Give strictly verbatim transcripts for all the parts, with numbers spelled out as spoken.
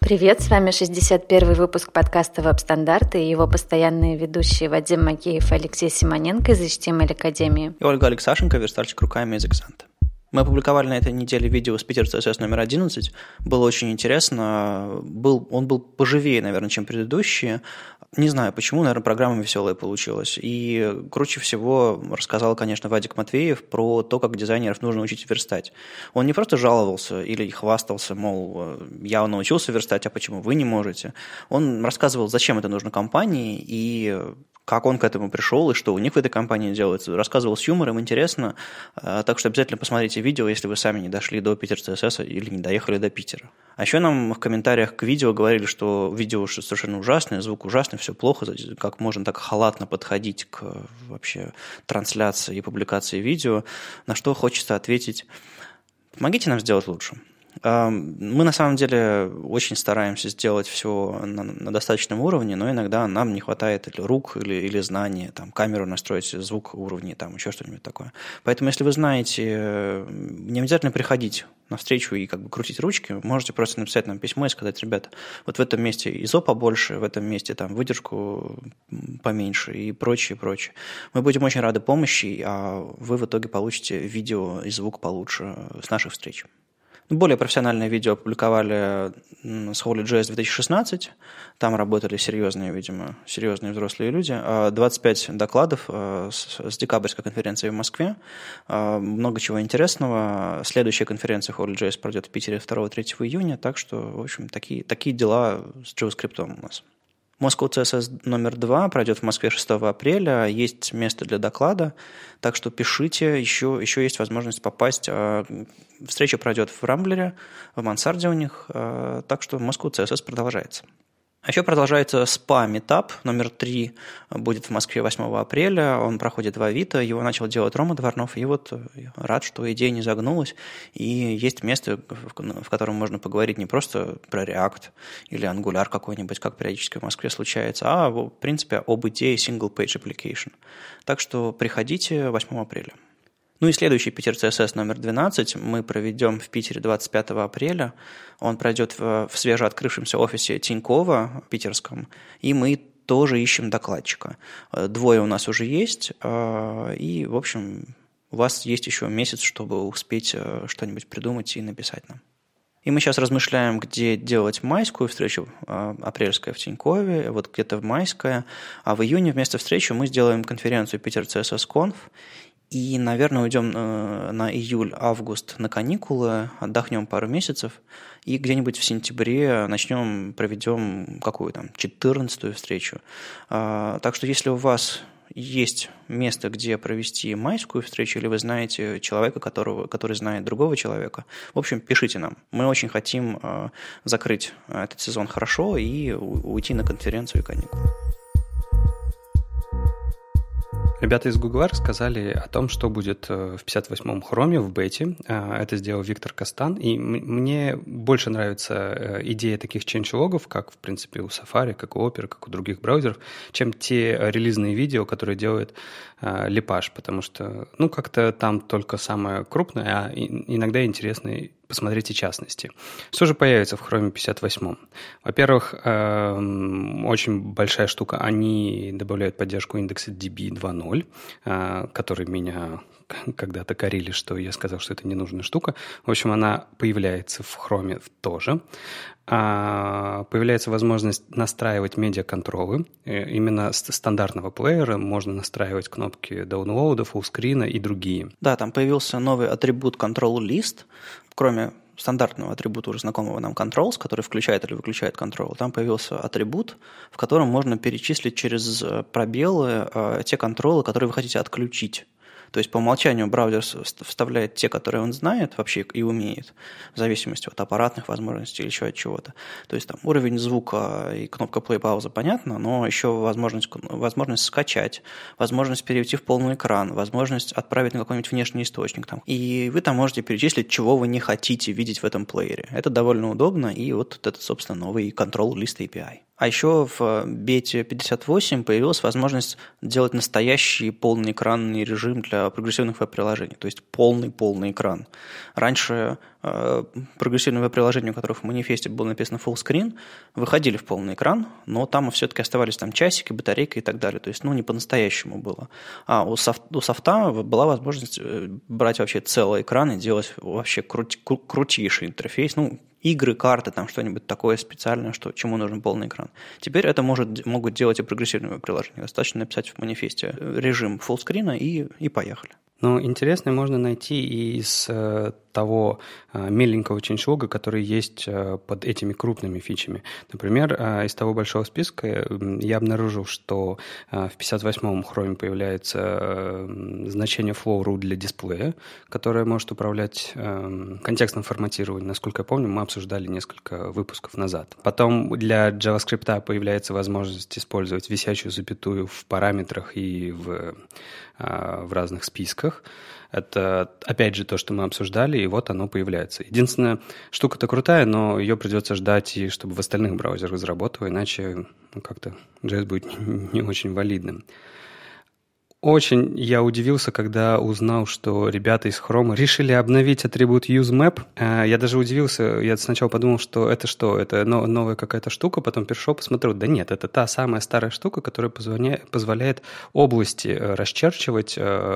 Привет, с вами шестьдесят первый выпуск подкаста «Веб-стандарты» и его постоянные ведущие Вадим Макеев и Алексей Симоненко из эйч ти эм эль Академии. И Ольга Алексашенко, верстальщик руками из Экзанта. Мы опубликовали на этой неделе видео с Питер си эс эс номер одиннадцать. Было очень интересно. Был, он был поживее, наверное, чем предыдущие. Не знаю почему, наверное, программа веселая получилась. И круче всего рассказал, конечно, Вадик Матвеев про то, как дизайнеров нужно учить верстать. Он не просто жаловался или хвастался, мол, я научился верстать, а почему вы не можете. Он рассказывал, зачем это нужно компании и как он к этому пришел и что у них в этой компании делается. Рассказывал с юмором, интересно. Так что обязательно посмотрите видео, если вы сами не дошли до Питер си эс эс или не доехали до Питера. А еще нам в комментариях к видео говорили, что видео совершенно ужасное, звук ужасный, все плохо, как можно так халатно подходить к вообще трансляции и публикации видео, на что хочется ответить: помогите нам сделать лучше. Мы на самом деле очень стараемся сделать все на, на достаточном уровне, но иногда нам не хватает или рук, или, или знаний, там, камеру настроить, звук уровней, там, еще что-нибудь такое. Поэтому, если вы знаете, не обязательно приходить на встречу и как бы крутить ручки, можете просто написать нам письмо и сказать: ребята, вот в этом месте ай эс о побольше, в этом месте там выдержку поменьше и прочее, прочее. Мы будем очень рады помощи, а вы в итоге получите видео и звук получше с наших встреч. Более профессиональное видео опубликовали с Holy джей эс две тысячи шестнадцать. Там работали серьезные, видимо, серьезные взрослые люди. двадцать пять докладов с декабрьской конференции в Москве. Много чего интересного. Следующая конференция Holy джей эс пройдет в Питере второго-третьего июня. Так что, в общем, такие, такие дела с JavaScript у нас. Moscow си эс эс номер два пройдет в Москве шестого апреля. Есть место для доклада, так что пишите. Еще, еще есть возможность попасть. Встреча пройдет в Рамблере, в мансарде у них. Так что Moscow си эс эс продолжается. А еще продолжается спа Meetup номер три, будет в Москве восьмого апреля, он проходит в Авито, его начал делать Рома Дворнов, и вот рад, что идея не загнулась, и есть место, в котором можно поговорить не просто про React или Angular какой-нибудь, как периодически в Москве случается, а в принципе об идее Single Page Application. Так что приходите восьмого апреля. Ну и следующий Питер си эс эс номер двенадцать мы проведем в Питере двадцать пятого апреля. Он пройдет в, в свежеоткрывшемся офисе Тинькова питерском, и мы тоже ищем докладчика. Двое у нас уже есть, и, в общем, у вас есть еще месяц, чтобы успеть что-нибудь придумать и написать нам. И мы сейчас размышляем, где делать майскую встречу, апрельская в Тинькове, вот где-то в майская, а в июне вместо встречи мы сделаем конференцию Питер си эс эс Conf. И, наверное, уйдем на июль-август на каникулы, отдохнем пару месяцев, и где-нибудь в сентябре начнем, проведем какую там, четырнадцатую встречу. Так что, если у вас есть место, где провести майскую встречу, или вы знаете человека, которого, который знает другого человека, в общем, пишите нам. Мы очень хотим закрыть этот сезон хорошо и уйти на конференцию и каникулы. Ребята из Google рассказали о том, что будет в пятьдесят восьмом хроме в бете. Это сделал Виктор Костан. И мне больше нравится идея таких changelog'ов, как, в принципе, у Safari, как у Opera, как у других браузеров, чем те релизные видео, которые делает Лепаж. Потому что, ну, как-то там только самое крупное, а иногда интересное посмотрите частности. Что же появится в Chrome пятьдесят восьмом? Во-первых, очень большая штука. Они добавляют поддержку индекса ди би два ноль, который меня когда-то корили, что я сказал, что это ненужная штука. В общем, она появляется в Chrome тоже. Появляется возможность настраивать медиаконтролы. Именно с стандартного плеера можно настраивать кнопки даунлоуда, фуллскрина и другие. Да, там появился новый атрибут Control List. Кроме стандартного атрибута, уже знакомого нам Controls, который включает или выключает Control, там появился атрибут, в котором можно перечислить через пробелы э, те контролы, которые вы хотите отключить. То есть по умолчанию браузер вставляет те, которые он знает вообще и умеет, в зависимости от аппаратных возможностей или еще от чего-то. То есть там уровень звука и кнопка play-пауза понятно, но еще возможность, возможность скачать, возможность перейти в полный экран, возможность отправить на какой-нибудь внешний источник. Там. И вы там можете перечислить, чего вы не хотите видеть в этом плеере. Это довольно удобно, и вот это, собственно, новый Control List эй пи ай. А еще в бете пятьдесят восемь появилась возможность делать настоящий полный экранный режим для прогрессивных веб-приложений, то есть полный-полный экран. Раньше э, прогрессивные веб-приложения, у которых в манифесте было написано full screen, выходили в полный экран, но там все-таки оставались там часики, батарейка и так далее. То есть, ну, не по-настоящему было. А у, софт, у софта была возможность брать вообще целый экран и делать вообще крут, крутейший интерфейс, ну, игры, карты, там что-нибудь такое специальное, что, чему нужен полный экран. Теперь это может, могут делать и прогрессивные приложения. Достаточно написать в манифесте режим фуллскрина и, и поехали. Ну, интересное можно найти и из э, того э, меленького ченчлога, который есть э, под этими крупными фичами. Например, э, из того большого списка э, я обнаружил, что э, в пятьдесят восьмом Chrome появляется э, значение flow.root для дисплея, которое может управлять э, контекстным форматированием. Насколько я помню, мы обсуждали несколько выпусков назад. Потом для JavaScript появляется возможность использовать висячую запятую в параметрах и в, э, в разных списках. Это, опять же, то, что мы обсуждали, и вот оно появляется. Единственная штука-то крутая, но ее придется ждать, и чтобы в остальных браузерах заработало, иначе ну, как-то джей эс будет не очень валидным. Очень я удивился, когда узнал, что ребята из Chrome решили обновить атрибут useMap. Я даже удивился, я сначала подумал, что это что, это новая какая-то штука, потом перешел, посмотрел, да нет, это та самая старая штука, которая позволяет области расчерчивать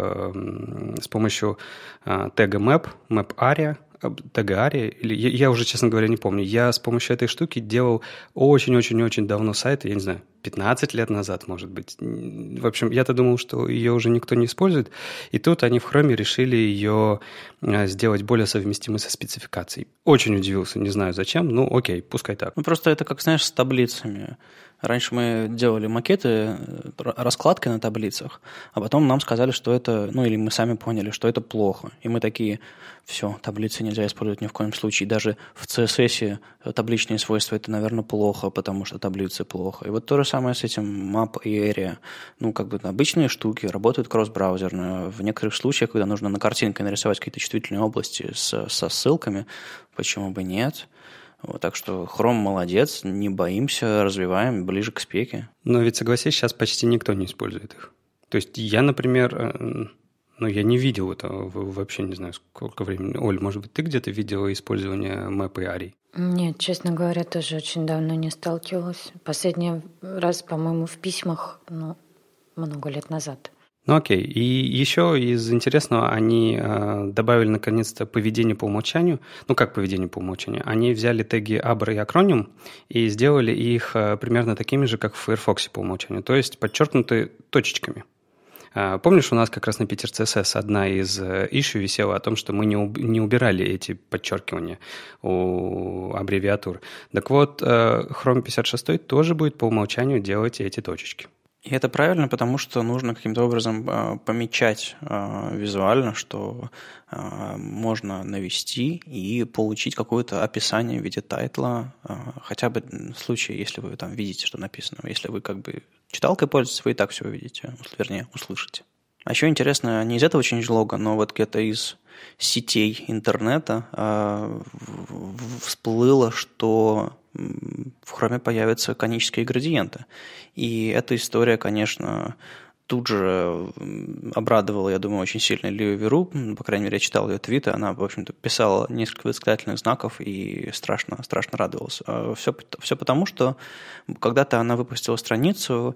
с помощью тега map, map area, тега area, или я, я уже, честно говоря, не помню. Я с помощью этой штуки делал очень-очень-очень давно сайты, я не знаю, пятнадцать лет назад, может быть. В общем, я-то думал, что ее уже никто не использует. И тут они в Chrome решили ее сделать более совместимой со спецификацией. Очень удивился, не знаю зачем, ну окей, пускай так. Ну просто это как, знаешь, с таблицами. Раньше мы делали макеты, раскладки на таблицах, а потом нам сказали, что это, ну или мы сами поняли, что это плохо. И мы такие, все, таблицы нельзя использовать ни в коем случае. Даже в си эс эс табличные свойства это, наверное, плохо, потому что таблицы плохо. И вот то же самое с этим map и area. Ну, как бы обычные штуки, работают кросс-браузерно. В некоторых случаях, когда нужно на картинке нарисовать какие-то чувствительные области с, со ссылками, почему бы нет? Вот, так что Chrome молодец, не боимся, развиваем ближе к спеке. Но ведь, согласись, сейчас почти никто не использует их. То есть я, например, ну, я не видел этого вообще, не знаю, сколько времени. Оль, может быть, ты где-то видела использование Map и Ari? Нет, честно говоря, тоже очень давно не сталкивалась. Последний раз, по-моему, в письмах, ну, много лет назад. Ну окей, и еще из интересного они э, добавили наконец-то поведение по умолчанию. Ну как поведение по умолчанию? Они взяли теги abr и acronym и сделали их э, примерно такими же, как в Firefox по умолчанию, то есть подчеркнуты точечками. Э, помнишь, у нас как раз на Питер си эс эс одна из э, issue висела о том, что мы не, уб- не убирали эти подчеркивания у аббревиатур. Так вот, э, Chrome пятьдесят шесть тоже будет по умолчанию делать эти точечки. И это правильно, потому что нужно каким-то образом э, помечать э, визуально, что э, можно навести и получить какое-то описание в виде тайтла, э, хотя бы в случае, если вы там видите, что написано. Если вы как бы читалкой пользуетесь, вы и так все увидите, вернее, услышите. А еще интересно, не из этого changelog, но вот где-то из сетей интернета э, всплыло, что в Chrome появятся конические градиенты. И эта история, конечно, тут же обрадовала, я думаю, очень сильно Лию Веру. По крайней мере, я читал ее твиты. Она, в общем-то, писала несколько восклицательных знаков и страшно, страшно радовалась. Все, все потому, что когда-то она выпустила страницу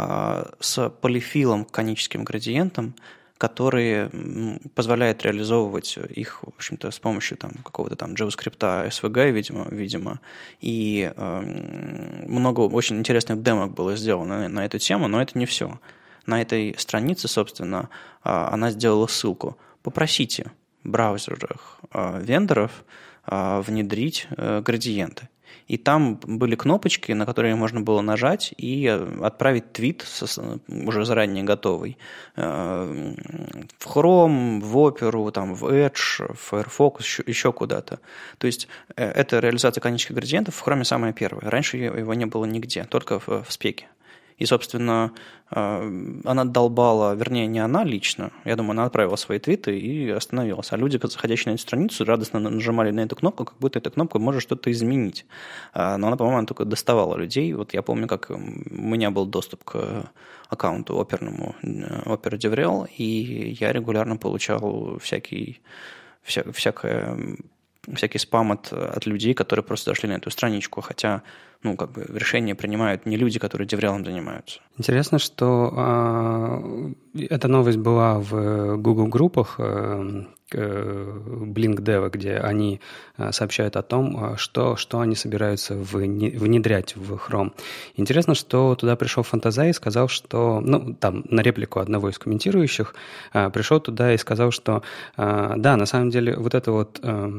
с полифилом коническим градиентом, который позволяет реализовывать их, в общем-то, с помощью там, какого-то там JavaScript, эс ви джи, видимо, видимо. И э, много очень интересных демок было сделано на, на эту тему, но это не все. На этой странице, собственно, э, она сделала ссылку. Попросите в браузерах э, вендоров э, внедрить э, градиенты. И там были кнопочки, на которые можно было нажать и отправить твит со, уже заранее готовый в Chrome, в Opera, там, в Edge, в Firefox, еще, еще куда-то. То есть эта реализация конических градиентов в Chrome самая первая. Раньше его не было нигде, только в, в спеке. И, собственно, она долбала, вернее, не она лично, я думаю, она отправила свои твиты и остановилась. А люди, заходящие на эту страницу, радостно нажимали на эту кнопку, как будто эта кнопка может что-то изменить. Но она, по-моему, только доставала людей. Вот я помню, как у меня был доступ к аккаунту оперному, Opera DevRel, и я регулярно получал всякий, вся, всякое... всякий спам от, от людей, которые просто зашли на эту страничку, хотя, ну, как бы решения принимают не люди, которые деврелом занимаются. Интересно, что э, эта новость была в Google группах э, Blink Dev, где они э, сообщают о том, что, что они собираются внедрять в Chrome. Интересно, что туда пришел Фантазай и сказал, что, ну, там, на реплику одного из комментирующих, э, пришел туда и сказал, что, э, да, на самом деле, вот это вот... Э,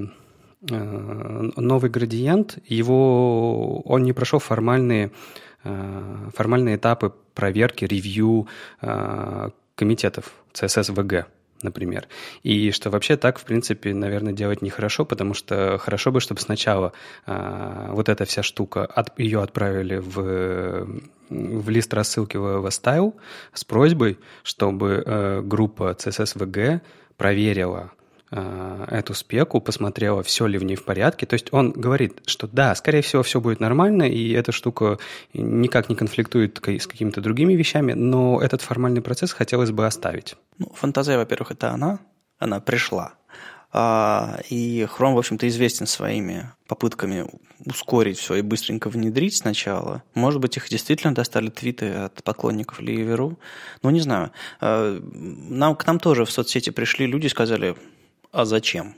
новый градиент, его, он не прошел формальные, формальные этапы проверки, ревью комитетов си эс эс ви джи, например. И что вообще так, в принципе, наверное, делать нехорошо, потому что хорошо бы, чтобы сначала вот эта вся штука, от, ее отправили в, в лист рассылки в Style с просьбой, чтобы группа си эс эс ви джи проверила эту спеку, посмотрела, все ли в ней в порядке. То есть он говорит, что да, скорее всего, все будет нормально, и эта штука никак не конфликтует с какими-то другими вещами, но этот формальный процесс хотелось бы оставить. Ну, Фантазия, во-первых, это она, она пришла. И Chrome, в общем-то, известен своими попытками ускорить все и быстренько внедрить сначала. Может быть, их действительно достали твиты от поклонников Ливеру. Ну, не знаю. Нам, к нам тоже в соцсети пришли люди и сказали... А зачем?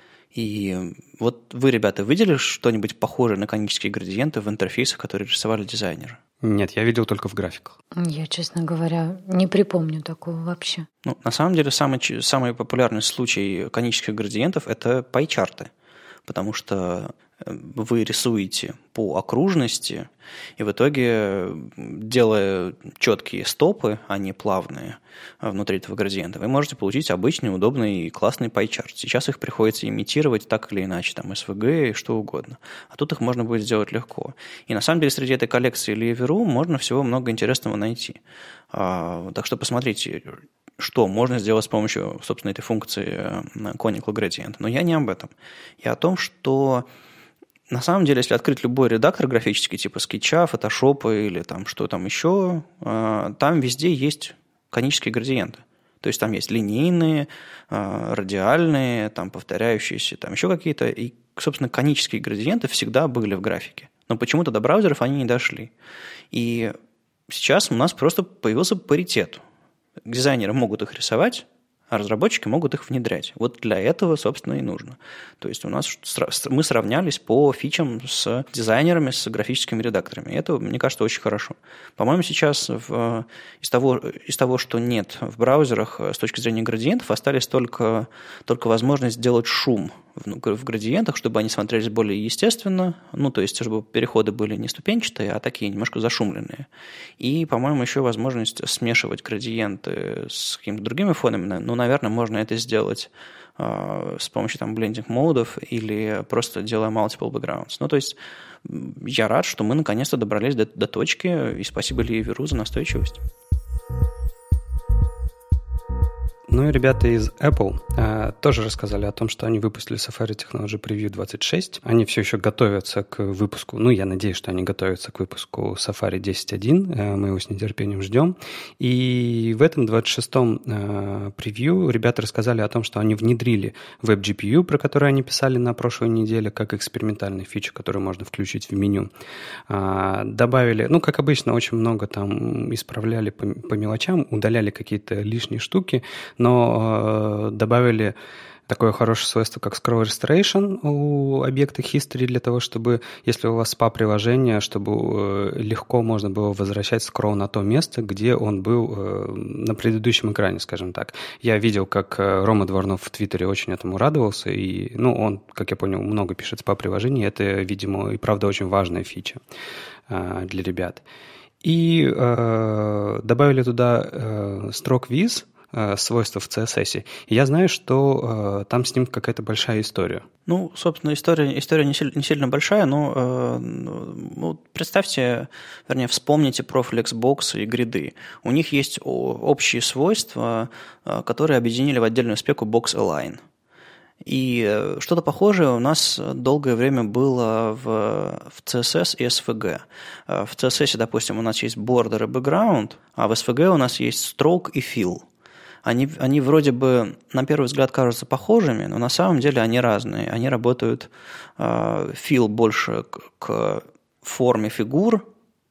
И вот вы, ребята, видели что-нибудь похожее на канонические градиенты в интерфейсах, которые рисовали дизайнеры? Нет, я видел только в графиках. Я, честно говоря, не припомню такого вообще. Ну, на самом деле, самый, самый популярный случай канонических градиентов – это пай-чарты, потому что вы рисуете по окружности, и в итоге, делая четкие стопы, а не плавные внутри этого градиента, вы можете получить обычный, удобный и классный пай-чарт. Сейчас их приходится имитировать так или иначе, там эс ви джи и что угодно. А тут их можно будет сделать легко. И на самом деле среди этой коллекции Ливеру можно всего много интересного найти. Так что посмотрите, что можно сделать с помощью, собственно, этой функции Conical Gradient. Но я не об этом. Я о том, что на самом деле, если открыть любой редактор графический, типа скетча, фотошопа или там что там еще, там везде есть конические градиенты. То есть там есть линейные, радиальные, там повторяющиеся, там еще какие-то. И, собственно, конические градиенты всегда были в графике. Но почему-то до браузеров они не дошли. И сейчас у нас просто появился паритет. Дизайнеры могут их рисовать, а разработчики могут их внедрять. Вот для этого, собственно, и нужно. То есть у нас мы сравнялись по фичам с дизайнерами, с графическими редакторами. И это, мне кажется, очень хорошо. По-моему, сейчас в, из, того, из того, что нет в браузерах, с точки зрения градиентов, остались только, только возможность сделать шум в, в градиентах, чтобы они смотрелись более естественно, ну, то есть, чтобы переходы были не ступенчатые, а такие немножко зашумленные. И, по-моему, еще возможность смешивать градиенты с какими-то другими фонами. Ну, наверное, можно это сделать э, с помощью там блендинг-модов или просто делая multiple backgrounds. Ну, то есть, я рад, что мы наконец-то добрались до, до точки, и спасибо Ливеру за настойчивость. Ну и ребята из Apple э, тоже рассказали о том, что они выпустили Safari Technology Preview двадцать шесть. Они все еще готовятся к выпуску, ну я надеюсь, что они готовятся к выпуску Safari десять точка один. Э, мы его с нетерпением ждем. И в этом двадцать шестом э, превью ребята рассказали о том, что они внедрили WebGPU, джи пи ю, про который они писали на прошлой неделе, как экспериментальную фичу, которую можно включить в меню. Э, добавили, ну как обычно, очень много там исправляли по, по мелочам, удаляли какие-то лишние штуки, но э, добавили такое хорошее свойство, как Scroll Restoration у объекта History для того, чтобы, если у вас спа-приложение, чтобы э, легко можно было возвращать скролл на то место, где он был э, на предыдущем экране, скажем так. Я видел, как э, Рома Дворнов в Твиттере очень этому радовался, и, ну, он, как я понял, много пишет спа-приложений, это, видимо, и правда очень важная фича э, для ребят. И э, добавили туда э, строк виз, э, свойства в си эс эс. И я знаю, что э, там с ним какая-то большая история. Ну, собственно, история, история не, сильно, не сильно большая, но э, ну, представьте, вернее, вспомните про Flexbox и гриды. У них есть общие свойства, э, которые объединили в отдельную спеку Box Align. И что-то похожее у нас долгое время было в, в си эс эс и эс ви джи. В си эс эс, допустим, у нас есть border и background, а в эс ви джи у нас есть stroke и fill. Они, они вроде бы на первый взгляд кажутся похожими, но на самом деле они разные. Они работают, э, fill больше к, к форме фигур,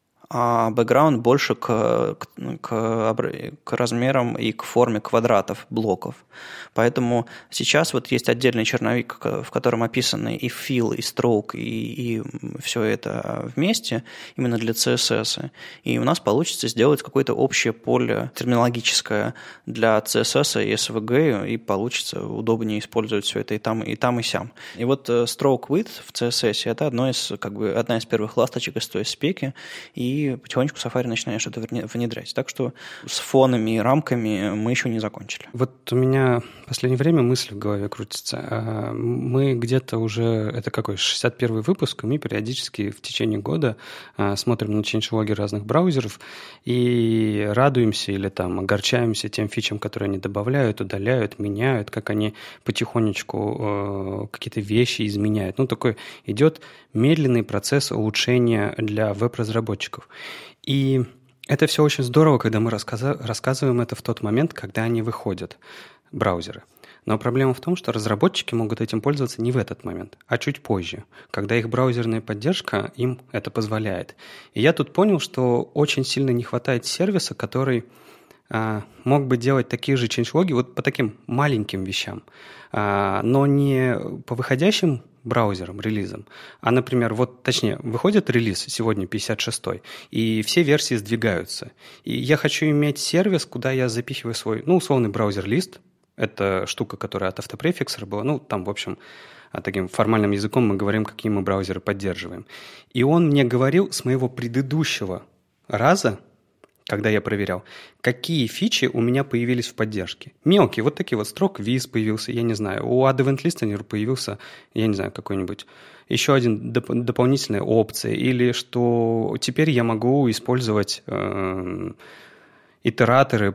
а background больше к, к, к, к размерам и к форме квадратов, блоков. Поэтому сейчас вот есть отдельный черновик, в котором описаны и fill, и stroke, и, и все это вместе, именно для си эс эс. И у нас получится сделать какое-то общее поле терминологическое для си эс эс и эс ви джи, и получится удобнее использовать все это и там, и там, и сям. И вот stroke width в си эс эс – это одно из, как бы, одна из первых ласточек из той спеки, и И потихонечку Safari начинает что-то внедрять. Так что с фонами и рамками мы еще не закончили. Вот у меня в последнее время мысль в голове крутится. Мы где-то уже, это какой, шестьдесят первый выпуск, и мы периодически в течение года смотрим на чейндж-логи разных браузеров и радуемся или там огорчаемся тем фичам, которые они добавляют, удаляют, меняют, как они потихонечку какие-то вещи изменяют. Ну, такой идет медленный процесс улучшения для веб-разработчиков. И это все очень здорово, когда мы рассказа- рассказываем это в тот момент, когда они выходят, браузеры. Но проблема в том, что разработчики могут этим пользоваться не в этот момент, а чуть позже, когда их браузерная поддержка им это позволяет. И я тут понял, что очень сильно не хватает сервиса, который а, мог бы делать такие же чейндж-логи вот по таким маленьким вещам, а, но не по выходящим браузером, релизом. А, например, вот, точнее, выходит релиз сегодня пятьдесят шестой, и все версии сдвигаются. И я хочу иметь сервис, куда я запихиваю свой, ну, условный браузер-лист. Это штука, которая от автопрефиксера была. Ну, там, в общем, таким формальным языком мы говорим, какие мы браузеры поддерживаем. И он мне говорил с моего предыдущего раза, когда я проверял, какие фичи у меня появились в поддержке. Мелкие, вот такие вот, stroke viz появился, я не знаю, у Add Event Listener появился, я не знаю, какой-нибудь, еще один доп- дополнительная опция, или что теперь я могу использовать э, итераторы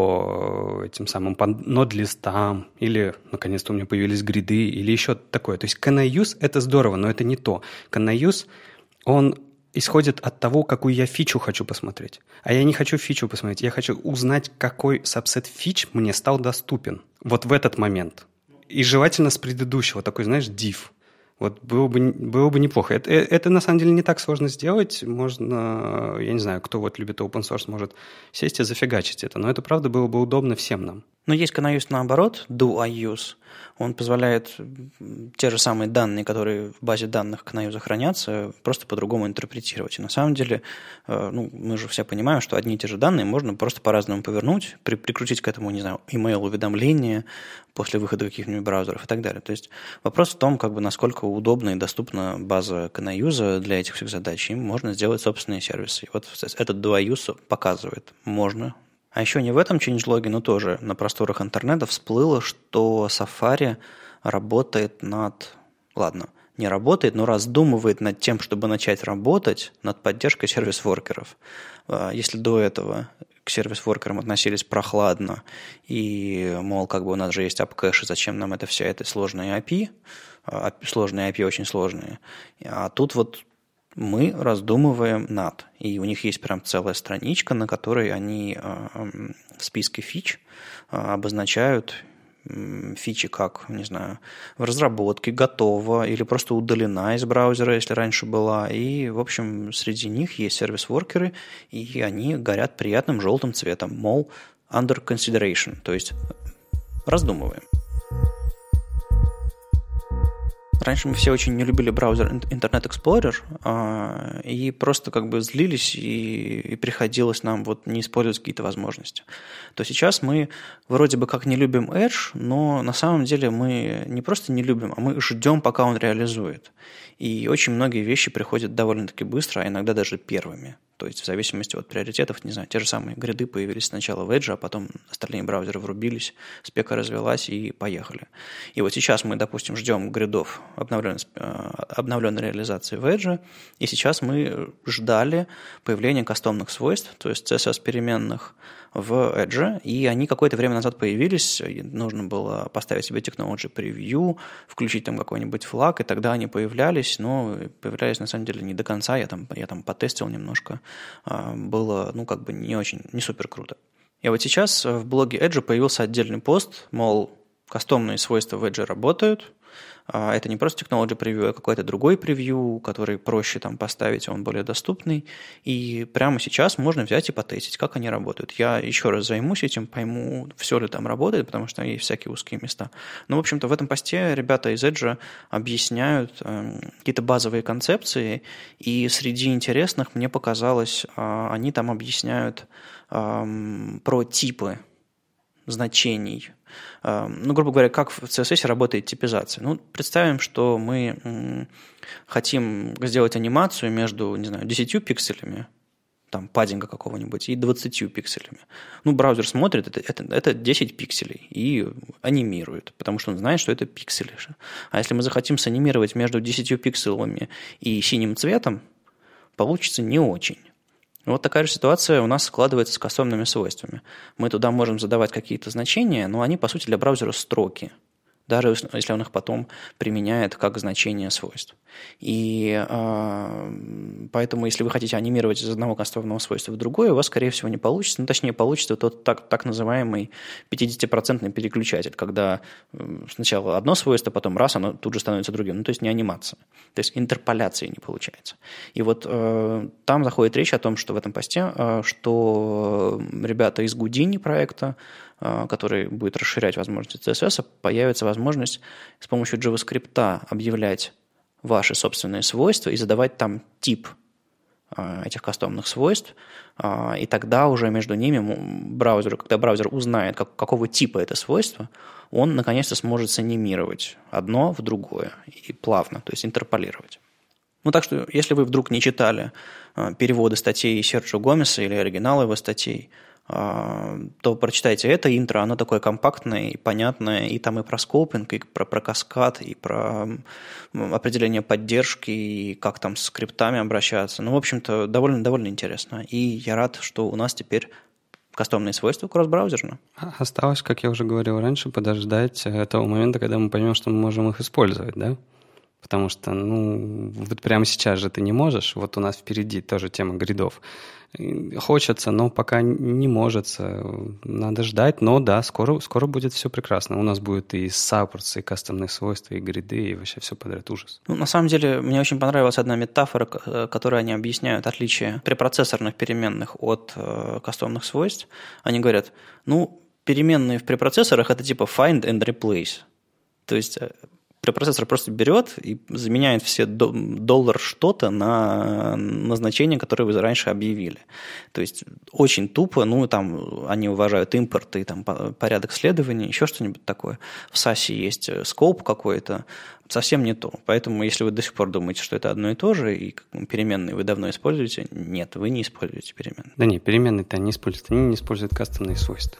по этим самым нод-листам, или, наконец-то, у меня появились гриды, или еще такое. То есть can I use – это здорово, но это не то. Can I use, он исходит от того, какую я фичу хочу посмотреть. А я не хочу фичу посмотреть, я хочу узнать, какой сабсет фич мне стал доступен вот в этот момент. И желательно с предыдущего, такой, знаешь, div. Вот было бы, было бы неплохо. Это, это на самом деле не так сложно сделать. Можно, я не знаю, кто вот любит open source, может сесть и зафигачить это. Но это, правда, было бы удобно всем нам. Но есть can I use наоборот, do I use. Он позволяет те же самые данные, которые в базе данных can I use хранятся, просто по-другому интерпретировать. И на самом деле, ну, мы же все понимаем, что одни и те же данные можно просто по-разному повернуть, при, прикрутить к этому, не знаю, email-уведомления после выхода каких-нибудь браузеров и так далее. То есть вопрос в том, как бы, насколько удобна и доступна база can I use для этих всех задач. Им можно сделать собственные сервисы. И вот этот do I use показывает, можно. А еще не в этом changelog, но тоже на просторах интернета всплыло, что Safari работает над... Ладно, не работает, но раздумывает над тем, чтобы начать работать над поддержкой сервис-воркеров. Если до этого к сервис-воркерам относились прохладно, и, мол, как бы у нас же есть апкэш, и зачем нам это вся эта сложная эй пи ай, сложные эй пи ай очень сложные. А тут вот мы раздумываем над. И у них есть прям целая страничка, на которой они э, в списке фич э, обозначают э, фичи как, не знаю, в разработке, готова или просто удалена из браузера, если раньше была. И, в общем, среди них есть сервис-воркеры, и они горят приятным желтым цветом, мол, under consideration, то есть раздумываем. Раньше мы все очень не любили браузер Internet Explorer э, и просто как бы злились, и, и приходилось нам вот не использовать какие-то возможности. То сейчас мы вроде бы как не любим Edge, но на самом деле мы не просто не любим, а мы ждем, пока он реализует. И очень многие вещи приходят довольно-таки быстро, а иногда даже первыми. То есть в зависимости от приоритетов, не знаю, те же самые гриды появились сначала в Edge, а потом остальные браузеры врубились, спека развелась и поехали. И вот сейчас мы, допустим, ждем гридов обновленной, обновленной реализации в Edge, и сейчас мы ждали появления кастомных свойств, то есть си эс эс-переменных в Edge, и они какое-то время назад появились, нужно было поставить себе Technology Preview, включить там какой-нибудь флаг, и тогда они появлялись, но появлялись на самом деле не до конца, я там, я там потестил немножко, было, ну, как бы не очень, не супер круто. И вот сейчас в блоге Edge появился отдельный пост, мол, кастомные свойства в Edge работают. Это не просто Technology Preview, а какой-то другой превью, который проще там поставить, он более доступный. И прямо сейчас можно взять и потестить, как они работают. Я еще раз займусь этим, пойму, все ли там работает, потому что есть всякие узкие места. Но, в общем-то, в этом посте ребята из Edge объясняют э, какие-то базовые концепции, и среди интересных мне показалось, э, они там объясняют э, про типы значений. Ну, грубо говоря, как в си эс эс работает типизация. Ну, представим, что мы м, хотим сделать анимацию между, не знаю, десятью пикселями, там, паддинга какого-нибудь, и двадцатью пикселями. Ну, браузер смотрит, это, это, это десять пикселей, и анимирует, потому что он знает, что это пиксели. А если мы захотим санимировать между десятью пикселами и синим цветом, получится не очень. Вот такая же ситуация у нас складывается с кастомными свойствами. Мы туда можем задавать какие-то значения, но они, по сути, для браузера строки, даже если он их потом применяет как значение свойств. И э, поэтому, если вы хотите анимировать из одного кастомного свойства в другое, у вас, скорее всего, не получится. Ну, точнее, получится тот так, так называемый пятидесятипроцентный переключатель, когда сначала одно свойство, потом раз, оно тут же становится другим. Ну, то есть не анимация. То есть интерполяции не получается. И вот э, там заходит речь о том, что в этом посте, э, что ребята из Houdini проекта, э, который будет расширять возможности си эс эс, появится возможность с помощью JavaScript объявлять ваши собственные свойства и задавать там тип э, этих кастомных свойств, э, и тогда уже между ними браузеру, когда браузер узнает, как, какого типа это свойство, он наконец-то сможет санимировать одно в другое и плавно, то есть интерполировать. Ну так что, если вы вдруг не читали э, переводы статей Серджио Гомеса или оригиналы его статей, то прочитайте это интро, оно такое компактное и понятное, и там и про скопинг, и про, про каскад, и про определение поддержки, и как там с скриптами обращаться. Ну, в общем-то, довольно, довольно интересно. И я рад, что у нас теперь кастомные свойства кросс-браузерно. Осталось, как я уже говорил раньше, подождать того момента, когда мы поймем, что мы можем их использовать, да? Потому что, ну, вот прямо сейчас же ты не можешь. Вот у нас впереди тоже тема гридов. Хочется, но пока не может. Надо ждать, но да, скоро, скоро будет все прекрасно. У нас будет и саппорт, и кастомные свойства, и гриды, и вообще все подряд. Ужас. Ну, на самом деле, мне очень понравилась одна метафора, которой они объясняют отличие препроцессорных переменных от э, кастомных свойств. Они говорят, ну, переменные в препроцессорах – это типа find and replace. То есть препроцессор просто берет и заменяет все доллар что-то на, на значение, которое вы раньше объявили. То есть очень тупо, ну, там они уважают импорты, там порядок следования, еще что-нибудь такое. В сасе есть скоп какой-то, совсем не то. Поэтому, если вы до сих пор думаете, что это одно и то же, и переменные вы давно используете, нет, вы не используете переменные. Да нет, переменные-то они используют, они не используют кастомные свойства.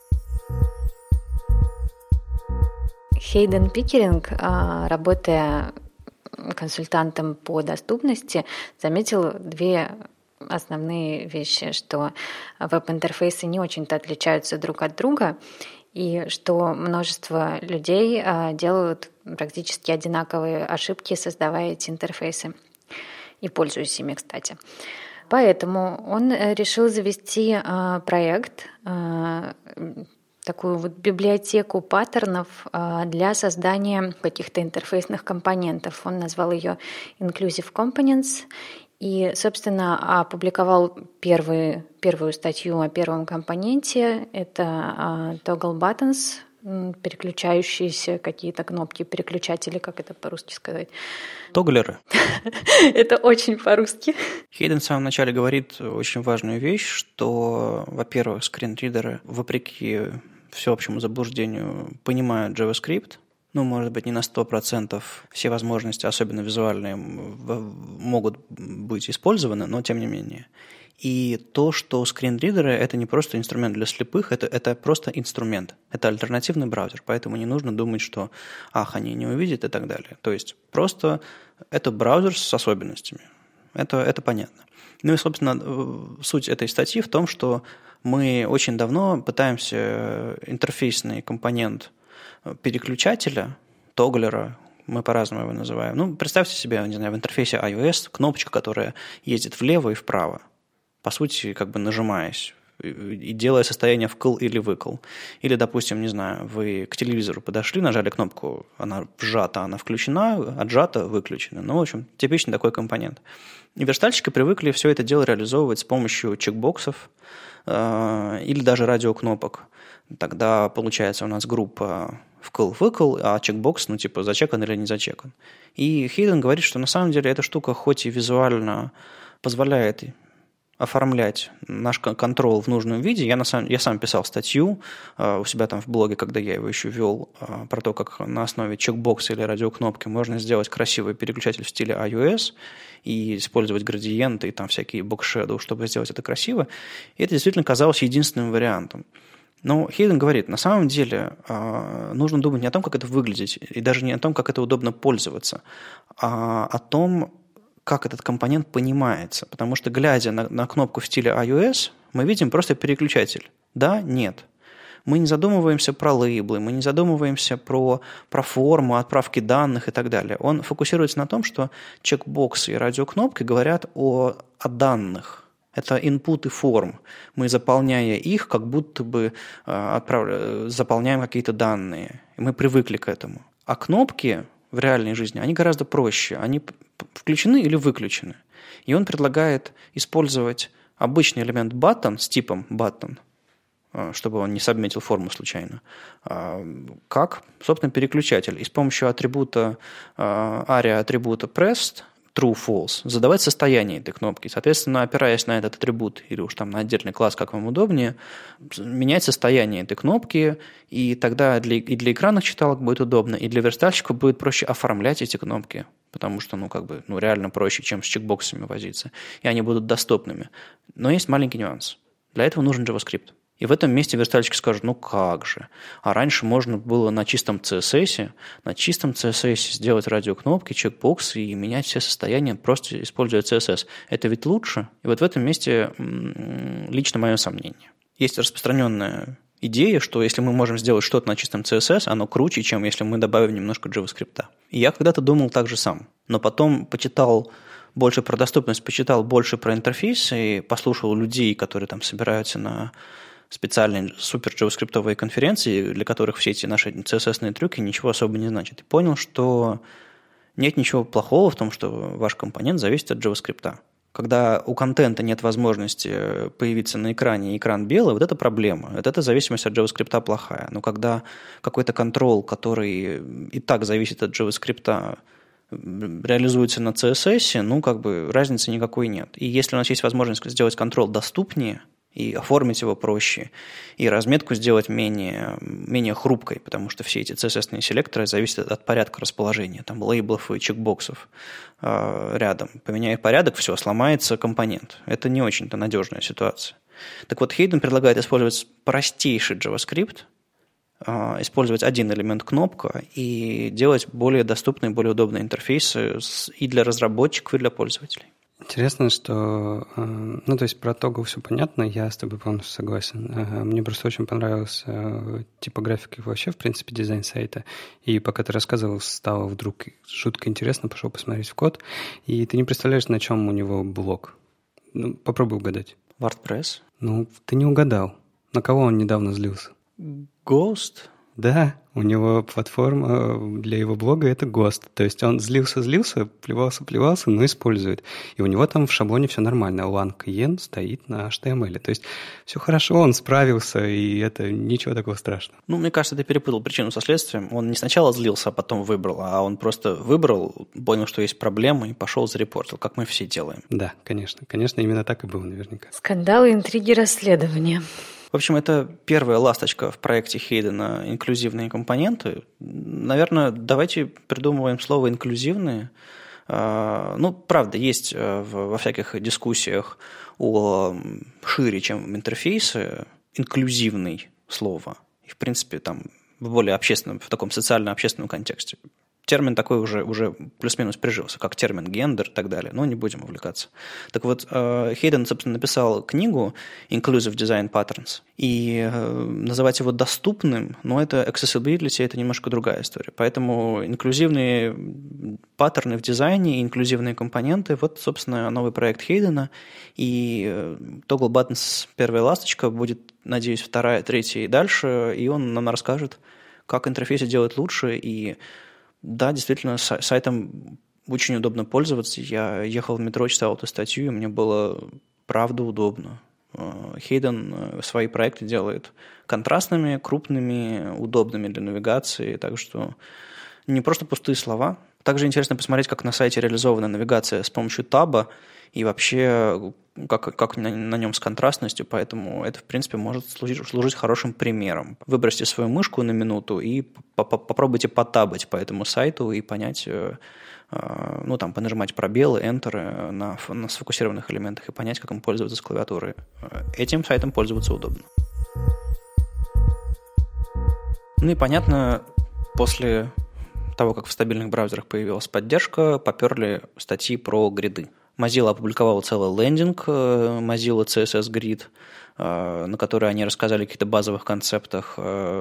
Хейден Пикеринг, работая консультантом по доступности, заметил две основные вещи, что веб-интерфейсы не очень-то отличаются друг от друга, и что множество людей делают практически одинаковые ошибки, создавая эти интерфейсы, и пользуясь ими, кстати. Поэтому он решил завести проект, такую вот библиотеку паттернов для создания каких-то интерфейсных компонентов. Он назвал ее Inclusive Components и, собственно, опубликовал первый, первую статью о первом компоненте. Это Toggle Buttons, переключающиеся какие-то кнопки, переключатели, как это по-русски сказать? Тоглеры. Это очень по-русски. Хейден в самом начале говорит очень важную вещь, что, во-первых, скринридеры, вопреки всеобщему заблуждению, понимают JavaScript. Ну, может быть, не на сто процентов все возможности, особенно визуальные, могут быть использованы, но тем не менее. И то, что скринридеры – это не просто инструмент для слепых, это, это просто инструмент. Это альтернативный браузер, поэтому не нужно думать, что ах, они не увидят и так далее. То есть просто это браузер с особенностями. Это, это понятно. Ну и, собственно, суть этой статьи в том, что мы очень давно пытаемся интерфейсный компонент переключателя, тоглера, мы по-разному его называем. Ну, представьте себе, не знаю, в интерфейсе iOS кнопочка, которая ездит влево и вправо. По сути, как бы нажимаясь и делая состояние вкл или выкл. Или, допустим, не знаю, вы к телевизору подошли, нажали кнопку, она вжата, она включена, отжата, выключена. Ну, в общем, типичный такой компонент. И верстальщики привыкли все это дело реализовывать с помощью чекбоксов э, или даже радиокнопок. Тогда получается у нас группа вкл-выкл, а чекбокс, ну, типа, зачекан или не зачекан. И Хейден говорит, что на самом деле эта штука хоть и визуально позволяет оформлять наш контрол в нужном виде. Я, на самом, я сам писал статью э, у себя там в блоге, когда я его еще вел, э, про то, как на основе чекбокса или радиокнопки можно сделать красивый переключатель в стиле iOS и использовать градиенты и там всякие box-shadow, чтобы сделать это красиво. И это действительно казалось единственным вариантом. Но Хейден говорит, на самом деле э, нужно думать не о том, как это выглядит, и даже не о том, как это удобно пользоваться, а о том, как этот компонент понимается. Потому что, глядя на, на кнопку в стиле iOS, мы видим просто переключатель. Да, нет. Мы не задумываемся про лейблы, мы не задумываемся про, про форму, отправки данных и так далее. Он фокусируется на том, что чекбоксы и радиокнопки говорят о, о данных. Это input и form. Мы, заполняя их, как будто бы э, отправля... заполняем какие-то данные. И мы привыкли к этому. А кнопки в реальной жизни, они гораздо проще. Они включены или выключены. И он предлагает использовать обычный элемент button с типом button, чтобы он не сабмитил форму случайно, как, собственно, переключатель. И с помощью атрибута, aria атрибута pressed, true, false, задавать состояние этой кнопки. Соответственно, опираясь на этот атрибут или уж там на отдельный класс, как вам удобнее, менять состояние этой кнопки, и тогда для, и для экранных читалок будет удобно, и для верстальщика будет проще оформлять эти кнопки, потому что, ну, как бы, ну, реально проще, чем с чекбоксами возиться, и они будут доступными. Но есть маленький нюанс. Для этого нужен JavaScript. И в этом месте верстальщики скажут, ну как же. А раньше можно было на чистом си эс эс, на чистом си эс эс сделать радиокнопки, чекбоксы и менять все состояния, просто используя си эс эс. Это ведь лучше? И вот в этом месте лично мое сомнение. Есть распространенная идея, что если мы можем сделать что-то на чистом си эс эс, оно круче, чем если мы добавим немножко JavaScript. И я когда-то думал так же сам. Но потом почитал больше про доступность, почитал больше про интерфейс и послушал людей, которые там собираются на специальные супер джаваскриптовые конференции, для которых все эти наши си эс эс-ные трюки ничего особо не значат. И понял, что нет ничего плохого в том, что ваш компонент зависит от JavaScript. Когда у контента нет возможности появиться на экране, и экран белый, вот это проблема. Вот эта зависимость от JavaScript плохая. Но когда какой-то контрол, который и так зависит от JavaScript, реализуется на си эс эс, ну, как бы разницы никакой нет. И если у нас есть возможность сделать контрол доступнее, и оформить его проще, и разметку сделать менее, менее хрупкой, потому что все эти си эс эс-ные селекторы зависят от порядка расположения, там, лейблов и чекбоксов э, рядом. Поменяя порядок, все, сломается компонент. Это не очень-то надежная ситуация. Так вот, Хейден предлагает использовать простейший JavaScript, э, использовать один элемент кнопка и делать более доступные, более удобные интерфейсы и для разработчиков, и для пользователей. Интересно, что, ну, то есть про Тогл все понятно, я с тобой полностью согласен. Мне просто очень понравился типографика и вообще, в принципе, дизайн сайта. И пока ты рассказывал, стало вдруг жутко интересно, пошел посмотреть в код. И ты не представляешь, на чем у него блог. Ну, попробуй угадать. WordPress? Ну, ты не угадал. На кого он недавно злился? Ghost? Да, у него платформа для его блога – это Ghost. То есть он злился-злился, плевался-плевался, но использует. И у него там в шаблоне все нормально. lang ен стоит на эйч ти эм эл. То есть все хорошо, он справился, и это ничего такого страшного. Ну, мне кажется, ты перепутал причину со следствием. Он не сначала злился, а потом выбрал, а он просто выбрал, понял, что есть проблема, и пошел зарепортил, как мы все делаем. Да, конечно. Конечно, именно так и было наверняка. Скандалы, интриги, расследования. В общем, это первая ласточка в проекте Хейдена «Инклюзивные компоненты». Наверное, давайте придумываем слово «инклюзивные». Ну, правда, есть во всяких дискуссиях о шире, чем интерфейсы, инклюзивный слово. И, в принципе, там в более общественном, в таком социально-общественном контексте. Термин такой уже, уже плюс-минус прижился, как термин гендер и так далее, но не будем увлекаться. Так вот, Хейден, собственно, написал книгу Inclusive Design Patterns, и называть его доступным, но это accessibility, это немножко другая история. Поэтому инклюзивные паттерны в дизайне, инклюзивные компоненты, вот, собственно, новый проект Хейдена, и Toggle Buttons первая ласточка будет, надеюсь, вторая, третья и дальше, и он нам расскажет, как интерфейсы делать лучше, и да, действительно, сайтом очень удобно пользоваться. Я ехал в метро, читал эту статью, и мне было правда удобно. Хейден свои проекты делает контрастными, крупными, удобными для навигации, так что не просто пустые слова. Также интересно посмотреть, как на сайте реализована навигация с помощью таба и вообще как, как на, на нем с контрастностью, поэтому это, в принципе, может служить, служить хорошим примером. Выбросьте свою мышку на минуту и попробуйте потабать по этому сайту и понять, ну, там, понажимать пробелы, Enter на, на сфокусированных элементах и понять, как им пользоваться с клавиатуры. Этим сайтом пользоваться удобно. Ну и понятно, после того, как в стабильных браузерах появилась поддержка, поперли статьи про гриды. Mozilla опубликовала целый лендинг Mozilla си эс эс Grid, на который они рассказали о каких-то базовых концептах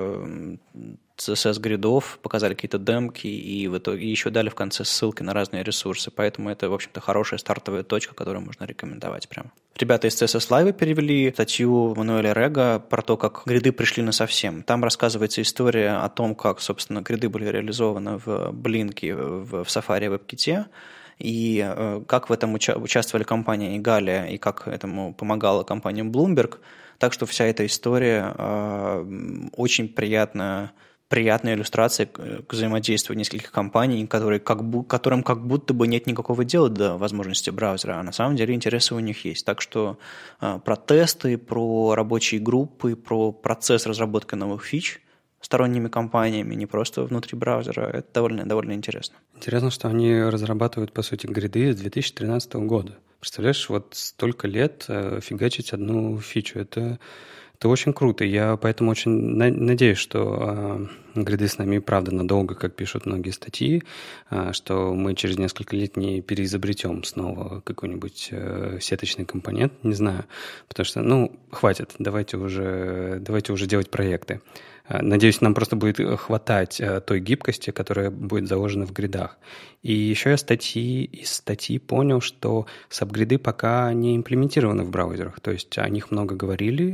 си эс эс-гридов, показали какие-то демки и в итоге еще дали в конце ссылки на разные ресурсы. Поэтому это, в общем-то, хорошая стартовая точка, которую можно рекомендовать прямо. Ребята из си эс эс Live перевели статью Мануэля Рега про то, как гриды пришли насовсем. Там рассказывается история о том, как, собственно, гриды были реализованы в Блинке, в Safari WebKit, и как в этом уча- участвовали компания Igalia, и как этому помогала компания Bloomberg. Так что вся эта история э, очень приятная, приятная иллюстрация к, к взаимодействию нескольких компаний, которые как бу- которым как будто бы нет никакого дела до возможности браузера, а на самом деле интересы у них есть. Так что э, про тесты, про рабочие группы, про процесс разработки новых фич сторонними компаниями, не просто внутри браузера, это довольно, довольно интересно. Интересно, что они разрабатывают, по сути, гриды с две тысячи тринадцатого года. Представляешь, вот столько лет фигачить одну фичу, это, это очень круто. Я поэтому очень надеюсь, что э, гриды с нами и правда надолго, как пишут многие статьи, э, что мы через несколько лет не переизобретем снова какой-нибудь э, сеточный компонент, не знаю, потому что, ну, хватит, давайте уже, давайте уже делать проекты. Надеюсь, нам просто будет хватать той гибкости, которая будет заложена в гридах. И еще я статьи, из статьи понял, что сабгриды пока не имплементированы в браузерах. То есть о них много говорили,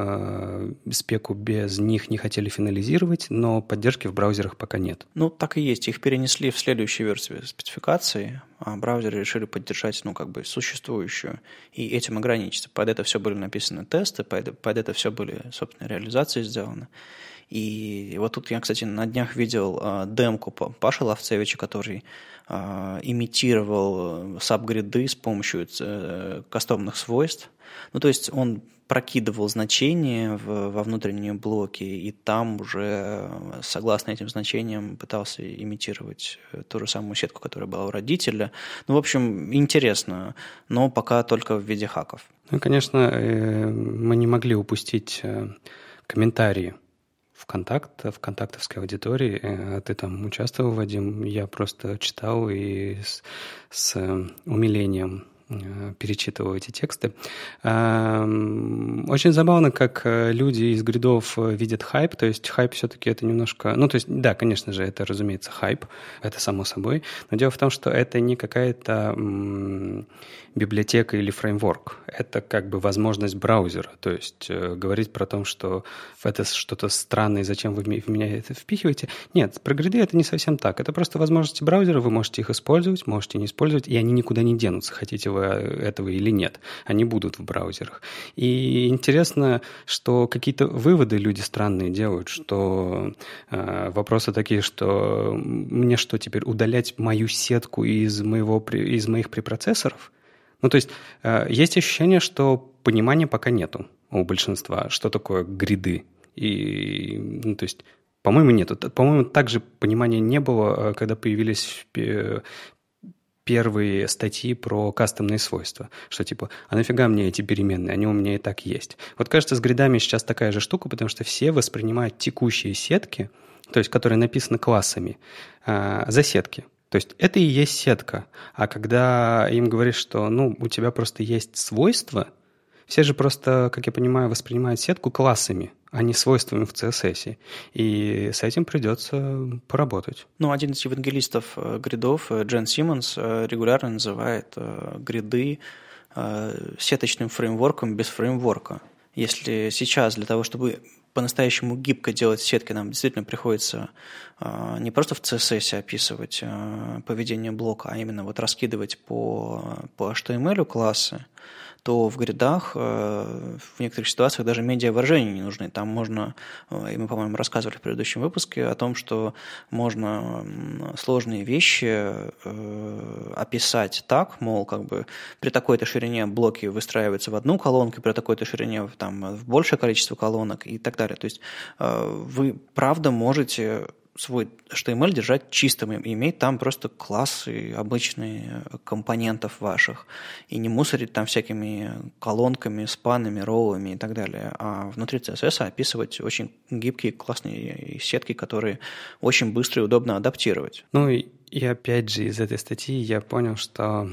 э, спеку без них не хотели финализировать, но поддержки в браузерах пока нет. Ну, так и есть. Их перенесли в следующую версию спецификации, а браузеры решили поддержать, ну, как бы существующую, и этим ограничиться. Под это все были написаны тесты, под, под это все были, собственно, реализации сделаны. И вот тут я, кстати, на днях видел э, демку Паши Ловцевича, который э, имитировал сабгриды с помощью э, кастомных свойств. Ну, то есть он прокидывал значения в, во внутренние блоки, и там уже, согласно этим значениям, пытался имитировать ту же самую сетку, которая была у родителя. Ну, в общем, интересно, но пока только в виде хаков. Ну, конечно, мы не могли упустить комментарии ВКонтакт, ВКонтактовской аудитории. Ты там участвовал, Вадим? Я просто читал и с, с умилением перечитывал эти тексты. Очень забавно, как люди из гридов видят хайп, то есть хайп все-таки это немножко... Ну, то есть, да, конечно же, это, разумеется, хайп, это само собой, но дело в том, что это не какая-то м- библиотека или фреймворк, это как бы возможность браузера, то есть э, говорить про то, что это что-то странное, зачем вы в меня это впихиваете. Нет, про гриды это не совсем так, это просто возможности браузера, вы можете их использовать, можете не использовать, и они никуда не денутся, хотите вы этого или нет. Они будут в браузерах. И интересно, что какие-то выводы люди странные делают, что э, вопросы такие, что мне что теперь, удалять мою сетку из, моего, из моих препроцессоров? Ну, то есть э, есть ощущение, что понимания пока нету у большинства, что такое гриды. И, ну, то есть, по-моему, нету. По-моему, также понимания не было, когда появились первые статьи про кастомные свойства, что типа, а нафига мне эти переменные, они у меня и так есть. Вот кажется, с гридами сейчас такая же штука, потому что все воспринимают текущие сетки, то есть которые написаны классами, за сетки. То есть это и есть сетка. А когда им говоришь, что ну, у тебя просто есть свойства, все же просто, как я понимаю, воспринимают сетку классами, а не свойствами в си эс эс. И с этим придется поработать. Ну, один из евангелистов гридов, Джен Симмонс, регулярно называет гриды сеточным фреймворком без фреймворка. Если сейчас для того, чтобы по-настоящему гибко делать сетки, нам действительно приходится не просто в си эс эс описывать поведение блока, а именно вот раскидывать по, по эйч ти эм эл классы, то в гридах в некоторых ситуациях даже медиа-выражения не нужны. Там можно, и мы, по-моему, рассказывали в предыдущем выпуске о том, что можно сложные вещи описать так, мол, как бы при такой-то ширине блоки выстраиваются в одну колонку, при такой-то ширине там, в большее количество колонок и так далее. То есть вы, правда, можете свой эйч ти эм эл держать чистым, и иметь там просто классы обычные компонентов ваших, и не мусорить там всякими колонками, спанами, роуами и так далее, а внутри си эс эс описывать очень гибкие, классные сетки, которые очень быстро и удобно адаптировать. Ну и И опять же из этой статьи я понял, что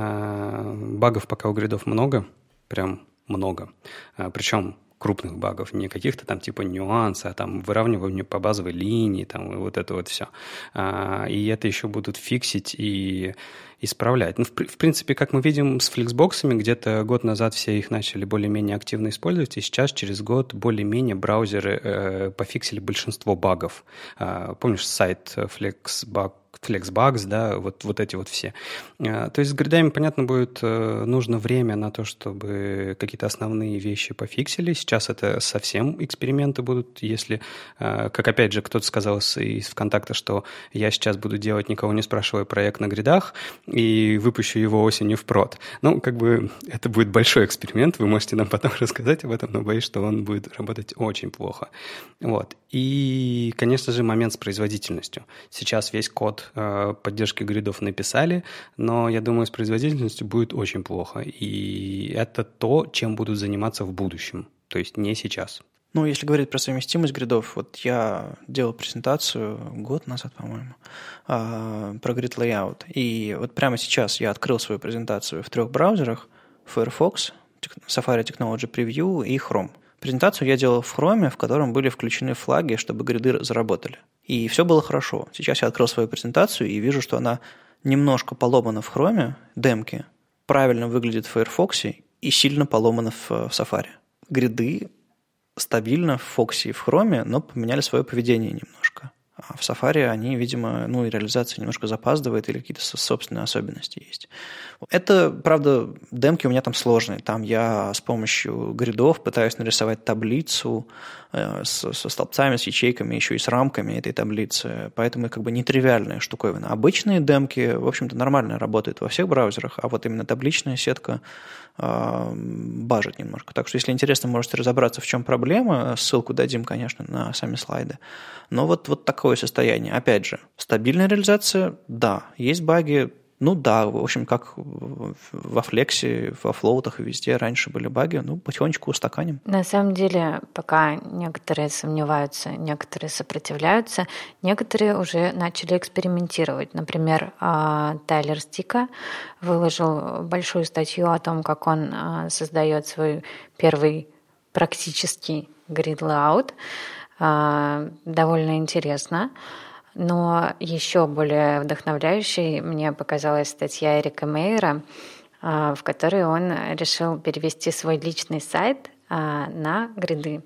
э, багов пока у гридов много, прям много, э, причем крупных багов, не каких-то там типа нюансов, а там выравнивание по базовой линии, там и вот это вот все. А, и это еще будут фиксить и исправлять. Ну, в, в принципе, как мы видим с фликсбоксами, где-то год назад все их начали более-менее активно использовать, и сейчас через год более-менее браузеры э, пофиксили большинство багов. А, помнишь сайт Flexbug? Flexbugs, да, вот, вот эти вот все. То есть с гридами, понятно, будет нужно время на то, чтобы какие-то основные вещи пофиксили. Сейчас это совсем эксперименты будут, если, как опять же кто-то сказал из ВКонтакта, что я сейчас буду делать, никого не спрашивая, проект на гридах и выпущу его осенью в прод. Ну, как бы это будет большой эксперимент, вы можете нам потом рассказать об этом, но боюсь, что он будет работать очень плохо. Вот. И, конечно же, момент с производительностью. Сейчас весь код поддержки гридов написали, но я думаю, с производительностью будет очень плохо. И это то, чем будут заниматься в будущем, то есть не сейчас. Ну, если говорить про совместимость гридов, вот я делал презентацию год назад, по-моему, про грид layout. И вот прямо сейчас я открыл свою презентацию в трех браузерах: Firefox, Safari Technology Preview и Chrome. Презентацию я делал в Chrome, в котором были включены флаги, чтобы гриды заработали. И все было хорошо. Сейчас я открыл свою презентацию и вижу, что она немножко поломана в Chrome, демки, правильно выглядит в Firefox и сильно поломана в Safari. Гриды стабильно в Fox и в Chrome, но поменяли свое поведение немножко. А в Safari они, видимо, ну и реализация немножко запаздывает или какие-то собственные особенности есть. Это, правда, демки у меня там сложные. Там я с помощью гридов пытаюсь нарисовать таблицу э, с, со столбцами, с ячейками, еще и с рамками этой таблицы. Поэтому как бы нетривиальная штуковина. Обычные демки, в общем-то, нормально работают во всех браузерах, а вот именно табличная сетка э, бажит немножко. Так что, если интересно, можете разобраться, в чем проблема. Ссылку дадим, конечно, на сами слайды. Но вот, вот такое состояние. Опять же, стабильная реализация, да. Есть баги, ну да, в общем, как во флексе, во флоутах и везде раньше были баги, ну, потихонечку устаканим. На самом деле, пока некоторые сомневаются, некоторые сопротивляются, некоторые уже начали экспериментировать. Например, Тайлер Стика выложил большую статью о том, как он создает свой первый практический grid layout. Довольно интересно. Но еще более вдохновляющей мне показалась статья Эрика Мейера, в которой он решил перевести свой личный сайт на гриды.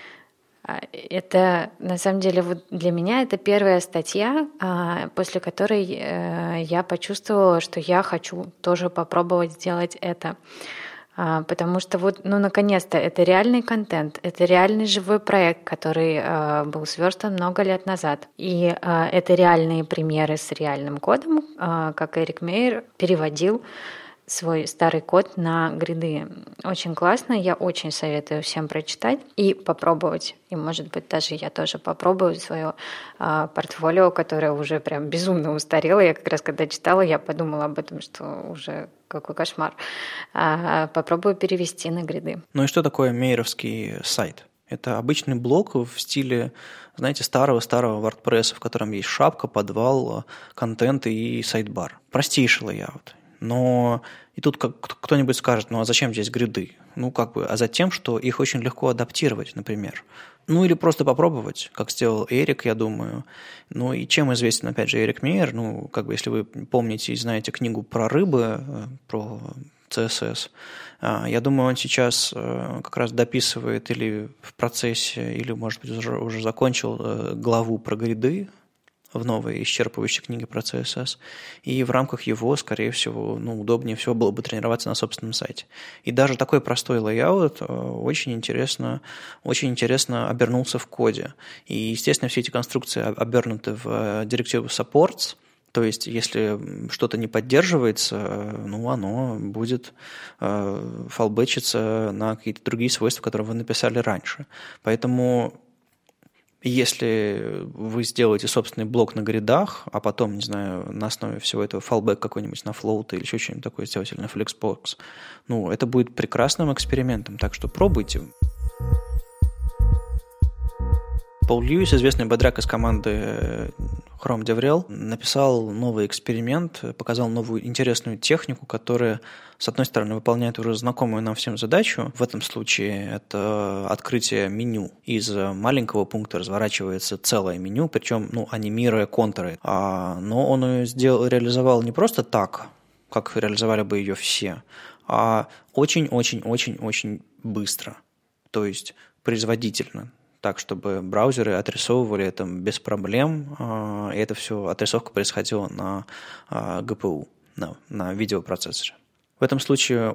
Это, на самом деле, вот для меня это первая статья, после которой я почувствовала, что я хочу тоже попробовать сделать это. Потому что вот, ну, наконец-то, это реальный контент, это реальный живой проект, который э, был сверстан много лет назад. И э, это реальные примеры с реальным кодом, э, как Эрик Мейер переводил свой старый код на гриды. Очень классно, я очень советую всем прочитать и попробовать. И, может быть, даже я тоже попробую свое а, портфолио, которое уже прям безумно устарело. Я как раз когда читала, я подумала об этом, что уже какой кошмар. А, попробую перевести на гриды. Ну и что такое мейеровский сайт? Это обычный блог в стиле, знаете, старого-старого WordPress, в котором есть шапка, подвал, контент и сайдбар. Простейший лейаут. Но и тут как кто-нибудь скажет, ну а зачем здесь гриды? Ну как бы, а за тем, что их очень легко адаптировать, например. Ну или просто попробовать, как сделал Эрик, я думаю. Ну и чем известен, опять же, Эрик Мейер? Ну, как бы, если вы помните и знаете книгу про рыбы, про си эс эс, я думаю, он сейчас как раз дописывает или в процессе, или, может быть, уже, уже закончил главу про гриды в новой исчерпывающей книге про си эс эс, и в рамках его, скорее всего, ну, удобнее всего было бы тренироваться на собственном сайте. И даже такой простой лейаут очень интересно, очень интересно обернулся в коде. И, естественно, все эти конструкции обернуты в директиву supports, то есть, если что-то не поддерживается, ну, оно будет э, фалбэчиться на какие-то другие свойства, которые вы написали раньше. Поэтому если вы сделаете собственный блок на гридах, а потом, не знаю, на основе всего этого фалбэк какой-нибудь на Float или еще что-нибудь такое сделать, или на Flexbox, ну, это будет прекрасным экспериментом, так что пробуйте. Пол Льюис, известный бодряк из команды Chrome DevRel, написал новый эксперимент, показал новую интересную технику, которая, с одной стороны, выполняет уже знакомую нам всем задачу. В этом случае это открытие меню. Из маленького пункта разворачивается целое меню, причем, ну, анимируя контуры. А, но он ее сделал, реализовал не просто так, как реализовали бы ее все, а очень-очень-очень-очень быстро, то есть производительно. Так, чтобы браузеры отрисовывали это без проблем, и эта все отрисовка происходила на джи пи ю, на, на видеопроцессоре. В этом случае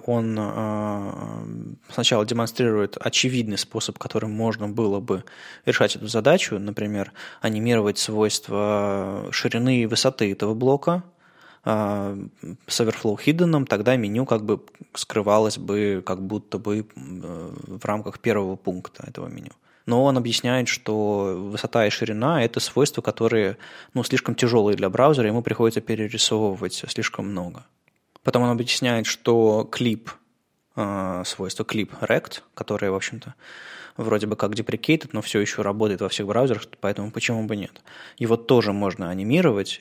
он сначала демонстрирует очевидный способ, которым можно было бы решать эту задачу, например, анимировать свойства ширины и высоты этого блока с Overflow Hidden, тогда меню как бы скрывалось бы как будто бы в рамках первого пункта этого меню. Но он объясняет, что высота и ширина – это свойства, которые, ну, слишком тяжелые для браузера, ему приходится перерисовывать слишком много. Потом он объясняет, что клип, э, свойство clip rect, которое, в общем-то, вроде бы как deprecated, но все еще работает во всех браузерах, поэтому почему бы нет. Его тоже можно анимировать,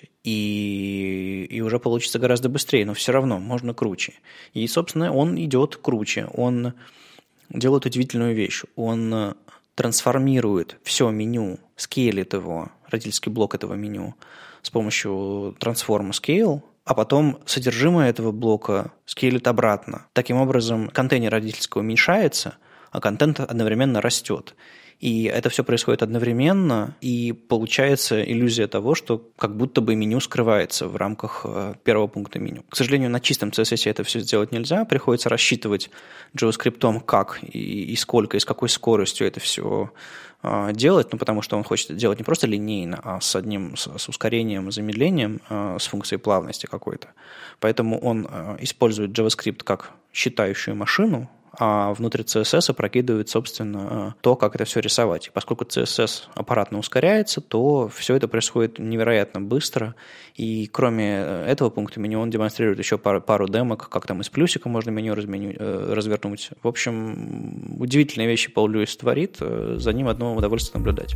и, и уже получится гораздо быстрее, но все равно можно круче. И, собственно, он идет круче, он делает удивительную вещь, он трансформирует все меню, скейлит его, родительский блок этого меню с помощью трансформа scale, а потом содержимое этого блока скейлит обратно. Таким образом, контейнер родительского уменьшается, а контент одновременно растет. И это все происходит одновременно, и получается иллюзия того, что как будто бы меню скрывается в рамках первого пункта меню. К сожалению, на чистом си эс эс это все сделать нельзя, приходится рассчитывать JavaScript, как и, и сколько, и с какой скоростью это все а, делать, ну, потому что он хочет это делать не просто линейно, а с одним, с, с ускорением, замедлением, а, с функцией плавности какой-то. Поэтому он а, использует JavaScript как считающую машину, а внутри си эс эс прокидывает, собственно, то, как это все рисовать. И поскольку си эс эс аппаратно ускоряется, то все это происходит невероятно быстро. И кроме этого пункта меню он демонстрирует еще пару, пару демок, как там из плюсика можно меню разменю, развернуть. В общем, удивительные вещи Пол Льюис творит. За ним одно удовольствие наблюдать.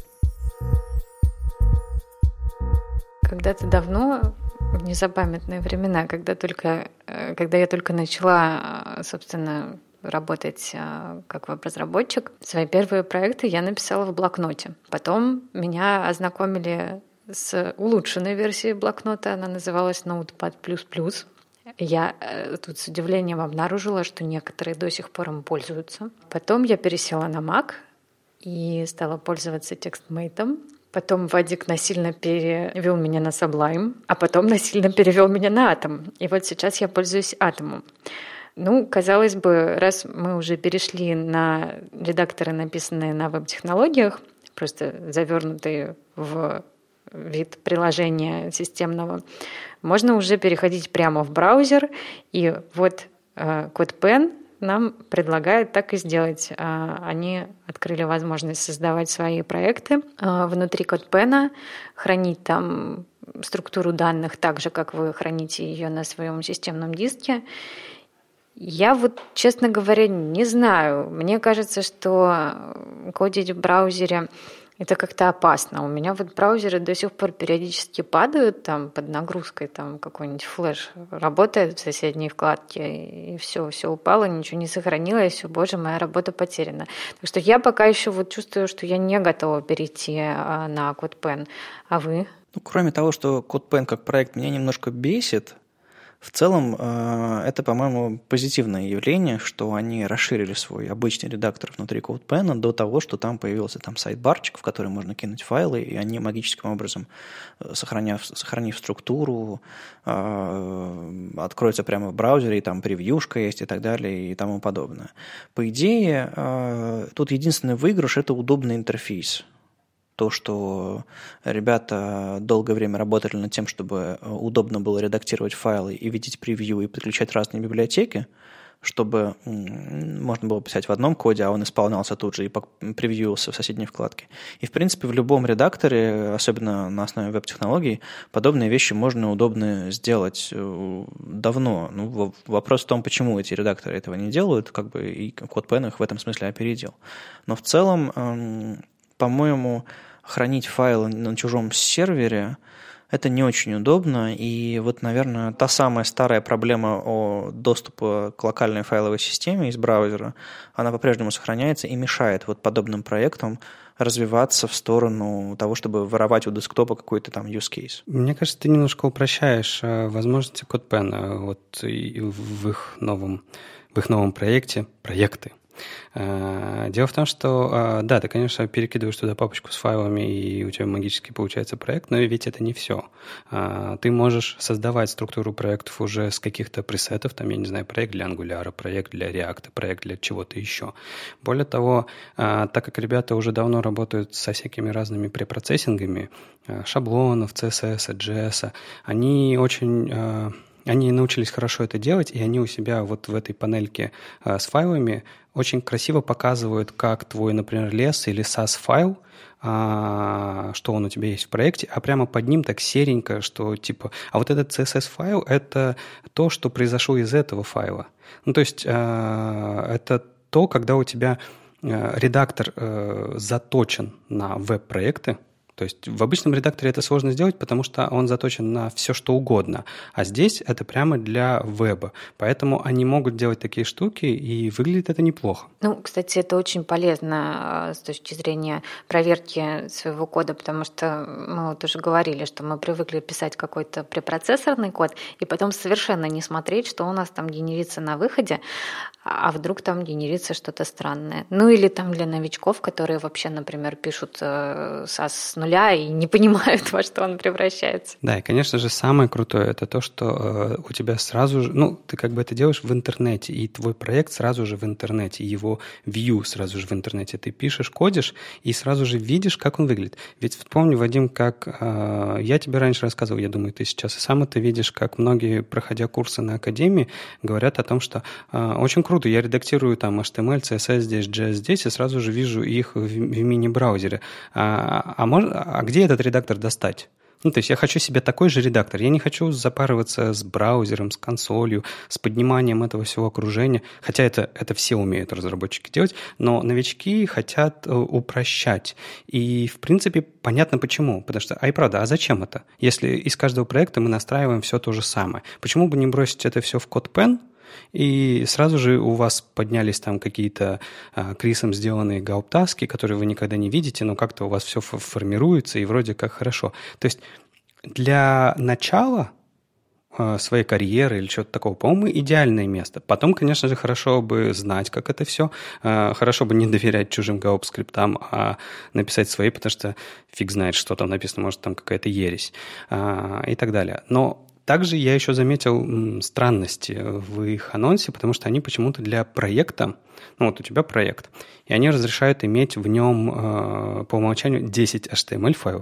Когда-то давно, в незапамятные времена, когда, только, когда я только начала, собственно, работать как веб-разработчик, свои первые проекты я написала в блокноте. Потом меня ознакомили с улучшенной версией блокнота, она называлась Notepad++. Я тут с удивлением обнаружила, что некоторые до сих пор им пользуются. Потом я пересела на Mac и стала пользоваться TextMate. Потом Вадик насильно перевел меня на Sublime, а потом насильно перевел меня на Atom. И вот сейчас я пользуюсь Atom. Ну, казалось бы, раз мы уже перешли на редакторы, написанные на веб-технологиях, просто завернутые в вид приложения системного, можно уже переходить прямо в браузер, и вот CodePen нам предлагает так и сделать. Они открыли возможность создавать свои проекты внутри CodePen, хранить там структуру данных так же, как вы храните ее на своем системном диске. Я вот, честно говоря, не знаю. Мне кажется, что кодить в браузере это как-то опасно. У меня вот браузеры до сих пор периодически падают там под нагрузкой, там какой-нибудь флеш работает в соседней вкладке, и все, все упало, ничего не сохранилось, боже, моя работа потеряна. Так что я пока еще вот чувствую, что я не готова перейти на CodePen. А вы? Ну, кроме того, что CodePen как проект меня немножко бесит, в целом, это, по-моему, позитивное явление, что они расширили свой обычный редактор внутри CodePen до того, что там появился там сайт-барчик, в который можно кинуть файлы, и они магическим образом, сохраняв, сохранив структуру, откроются прямо в браузере, и там превьюшка есть и так далее, и тому подобное. По идее, тут единственный выигрыш – это удобный интерфейс. То, что ребята долгое время работали над тем, чтобы удобно было редактировать файлы и видеть превью, и подключать разные библиотеки, чтобы можно было писать в одном коде, а он исполнялся тут же и превьюился в соседней вкладке. И, в принципе, в любом редакторе, особенно на основе веб-технологий, подобные вещи можно удобно сделать давно. Ну, вопрос в том, почему эти редакторы этого не делают, как бы и CodePen их в этом смысле опередил. Но в целом, по-моему, хранить файлы на чужом сервере – это не очень удобно. И вот, наверное, та самая старая проблема о доступе к локальной файловой системе из браузера, она по-прежнему сохраняется и мешает вот подобным проектам развиваться в сторону того, чтобы воровать у десктопа какой-то там use case. Мне кажется, ты немножко упрощаешь возможности CodePen вот и в их новом, в их новом проекте, проекты. Дело в том, что, да, ты, конечно, перекидываешь туда папочку с файлами, и у тебя магически получается проект, но ведь это не все. Ты можешь создавать структуру проектов уже с каких-то пресетов, там, я не знаю, проект для Angular, проект для React, проект для чего-то еще. Более того, так как ребята уже давно работают со всякими разными препроцессингами, шаблонов, си эс эс, джей эс, они очень... Они научились хорошо это делать, и они у себя вот в этой панельке а, с файлами очень красиво показывают, как твой, например, лес или сас-файл, а, что он у тебя есть в проекте, а прямо под ним так серенько, что типа, а вот этот си эс эс-файл – это то, что произошло из этого файла. Ну, то есть а, это то, когда у тебя а, редактор а, заточен на веб-проекты. То есть в обычном редакторе это сложно сделать, потому что он заточен на все, что угодно. А здесь это прямо для веба. Поэтому они могут делать такие штуки, и выглядит это неплохо. Ну, кстати, это очень полезно с точки зрения проверки своего кода, потому что мы вот уже говорили, что мы привыкли писать какой-то препроцессорный код, и потом совершенно не смотреть, что у нас там генерится на выходе, а вдруг там генерится что-то странное. Ну или там для новичков, которые вообще, например, пишут сас с нуля и не понимают, во что он превращается. Да, и, конечно же, самое крутое – это то, что э, у тебя сразу же, ну, ты как бы это делаешь в интернете, и твой проект сразу же в интернете, его view сразу же в интернете. Ты пишешь, кодишь, и сразу же видишь, как он выглядит. Ведь вспомни, Вадим, как э, я тебе раньше рассказывал, я думаю, ты сейчас и сам это видишь, как многие, проходя курсы на академии, говорят о том, что э, очень круто, я редактирую там эйч ти эм эль, си эс эс здесь, джей эс здесь, и сразу же вижу их в, в мини-браузере. А, а можно А где этот редактор достать? Ну, то есть я хочу себе такой же редактор. Я не хочу запарываться с браузером, с консолью, с подниманием этого всего окружения. Хотя это, это все умеют разработчики делать, но новички хотят упрощать. И, в принципе, понятно почему. Потому что, ай, правда, а зачем это? Если из каждого проекта мы настраиваем все то же самое. Почему бы не бросить это все в CodePen? И сразу же у вас поднялись там какие-то а, Крисом сделанные гауптаски, которые вы никогда не видите, но как-то у вас все формируется и вроде как хорошо. То есть для начала а, своей карьеры или чего-то такого, по-моему, идеальное место. Потом, конечно же, хорошо бы знать, как это все. А, хорошо бы не доверять чужим гауп-скриптам, а написать свои, потому что фиг знает, что там написано, может, там какая-то ересь а, и так далее. Но также я еще заметил странности в их анонсе, потому что они почему-то для проекта, ну вот у тебя проект, и они разрешают иметь в нем э, по умолчанию десять эйч ти эм эль-файлов.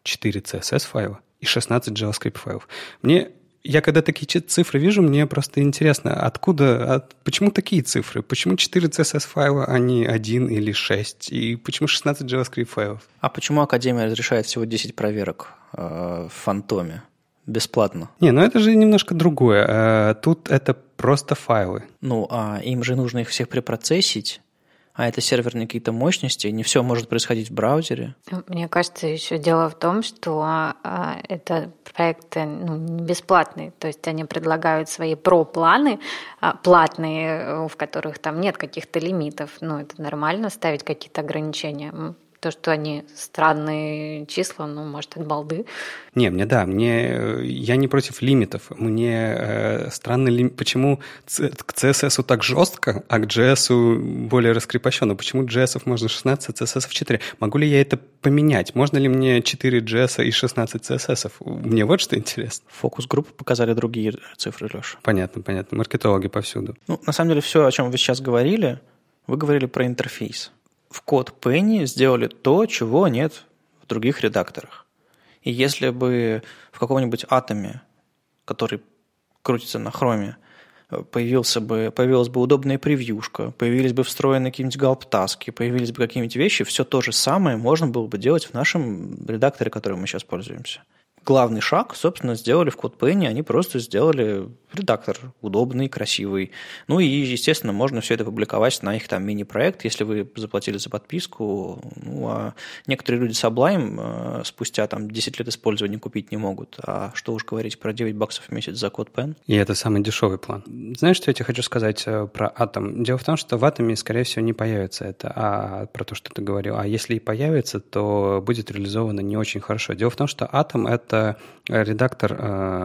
четыре си эс эс файла и шестнадцать JavaScript файлов. Мне, я когда такие цифры вижу, мне просто интересно, откуда, от, почему такие цифры? Почему четыре си эс эс файла, а не один или шесть? И почему шестнадцать JavaScript файлов? А почему Академия разрешает всего десять проверок э, в Фантоме? Бесплатно. Не, ну это же немножко другое. Тут это просто файлы. Ну, а им же нужно их всех препроцессить, а это серверные какие-то мощности, не все может происходить в браузере. Мне кажется, еще дело в том, что а, это проекты ну, не бесплатные, то есть они предлагают свои про-планы, а, платные, в которых там нет каких-то лимитов. Ну, это нормально ставить какие-то ограничения. То, что они странные числа, ну, может, от балды. Не, мне да, мне я не против лимитов. Мне э, странно, ли, почему ц, к си эс эс так жестко, а к джей эс более раскрепощенно. Почему джей эс можно шестнадцать, си эс эс четыре? Могу ли я это поменять? Можно ли мне четыре джей эс и шестнадцать си эс эс? Мне вот что интересно. Фокус-группы показали другие цифры, Леша. Понятно, понятно. Маркетологи повсюду. Ну, на самом деле, все, о чем вы сейчас говорили, вы говорили про интерфейс. В CodePenny сделали то, чего нет в других редакторах. И если бы в каком-нибудь атоме, который крутится на хроме, появился бы, появилась бы удобная превьюшка, появились бы встроенные какие-нибудь галп-таски, появились бы какие-нибудь вещи, все то же самое можно было бы делать в нашем редакторе, которым мы сейчас пользуемся. Главный шаг, собственно, сделали в CodePenny, они просто сделали редактор удобный, красивый. Ну и, естественно, можно все это публиковать на их там мини-проект, если вы заплатили за подписку. Ну, а некоторые люди Sublime э, спустя там десять лет использования купить не могут. А что уж говорить про девять баксов в месяц за CodePen. И это самый дешевый план. Знаешь, что я тебе хочу сказать про Atom? Дело в том, что в Atom, скорее всего, не появится это, а про то, что ты говорил. А если и появится, то будет реализовано не очень хорошо. Дело в том, что Atom — это Это редактор,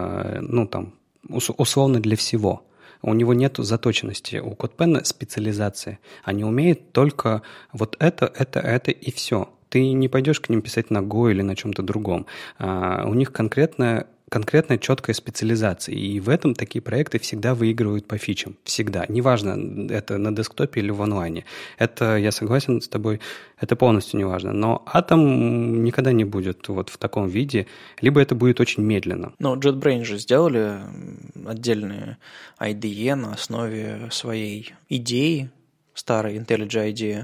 ну, там, условно для всего. У него нет заточенности. У CodePen специализация. Они умеют только вот это, это, это и все. Ты не пойдешь к ним писать на Go или на чем-то другом. У них конкретная конкретная четкая специализация. И в этом такие проекты всегда выигрывают по фичам. Всегда. Неважно, это на десктопе или в онлайне. Это, я согласен с тобой, это полностью неважно. Но Atom никогда не будет вот в таком виде, либо это будет очень медленно. Но JetBrains же сделали отдельные ай ди и на основе своей идеи, старой IntelliJ IDEA,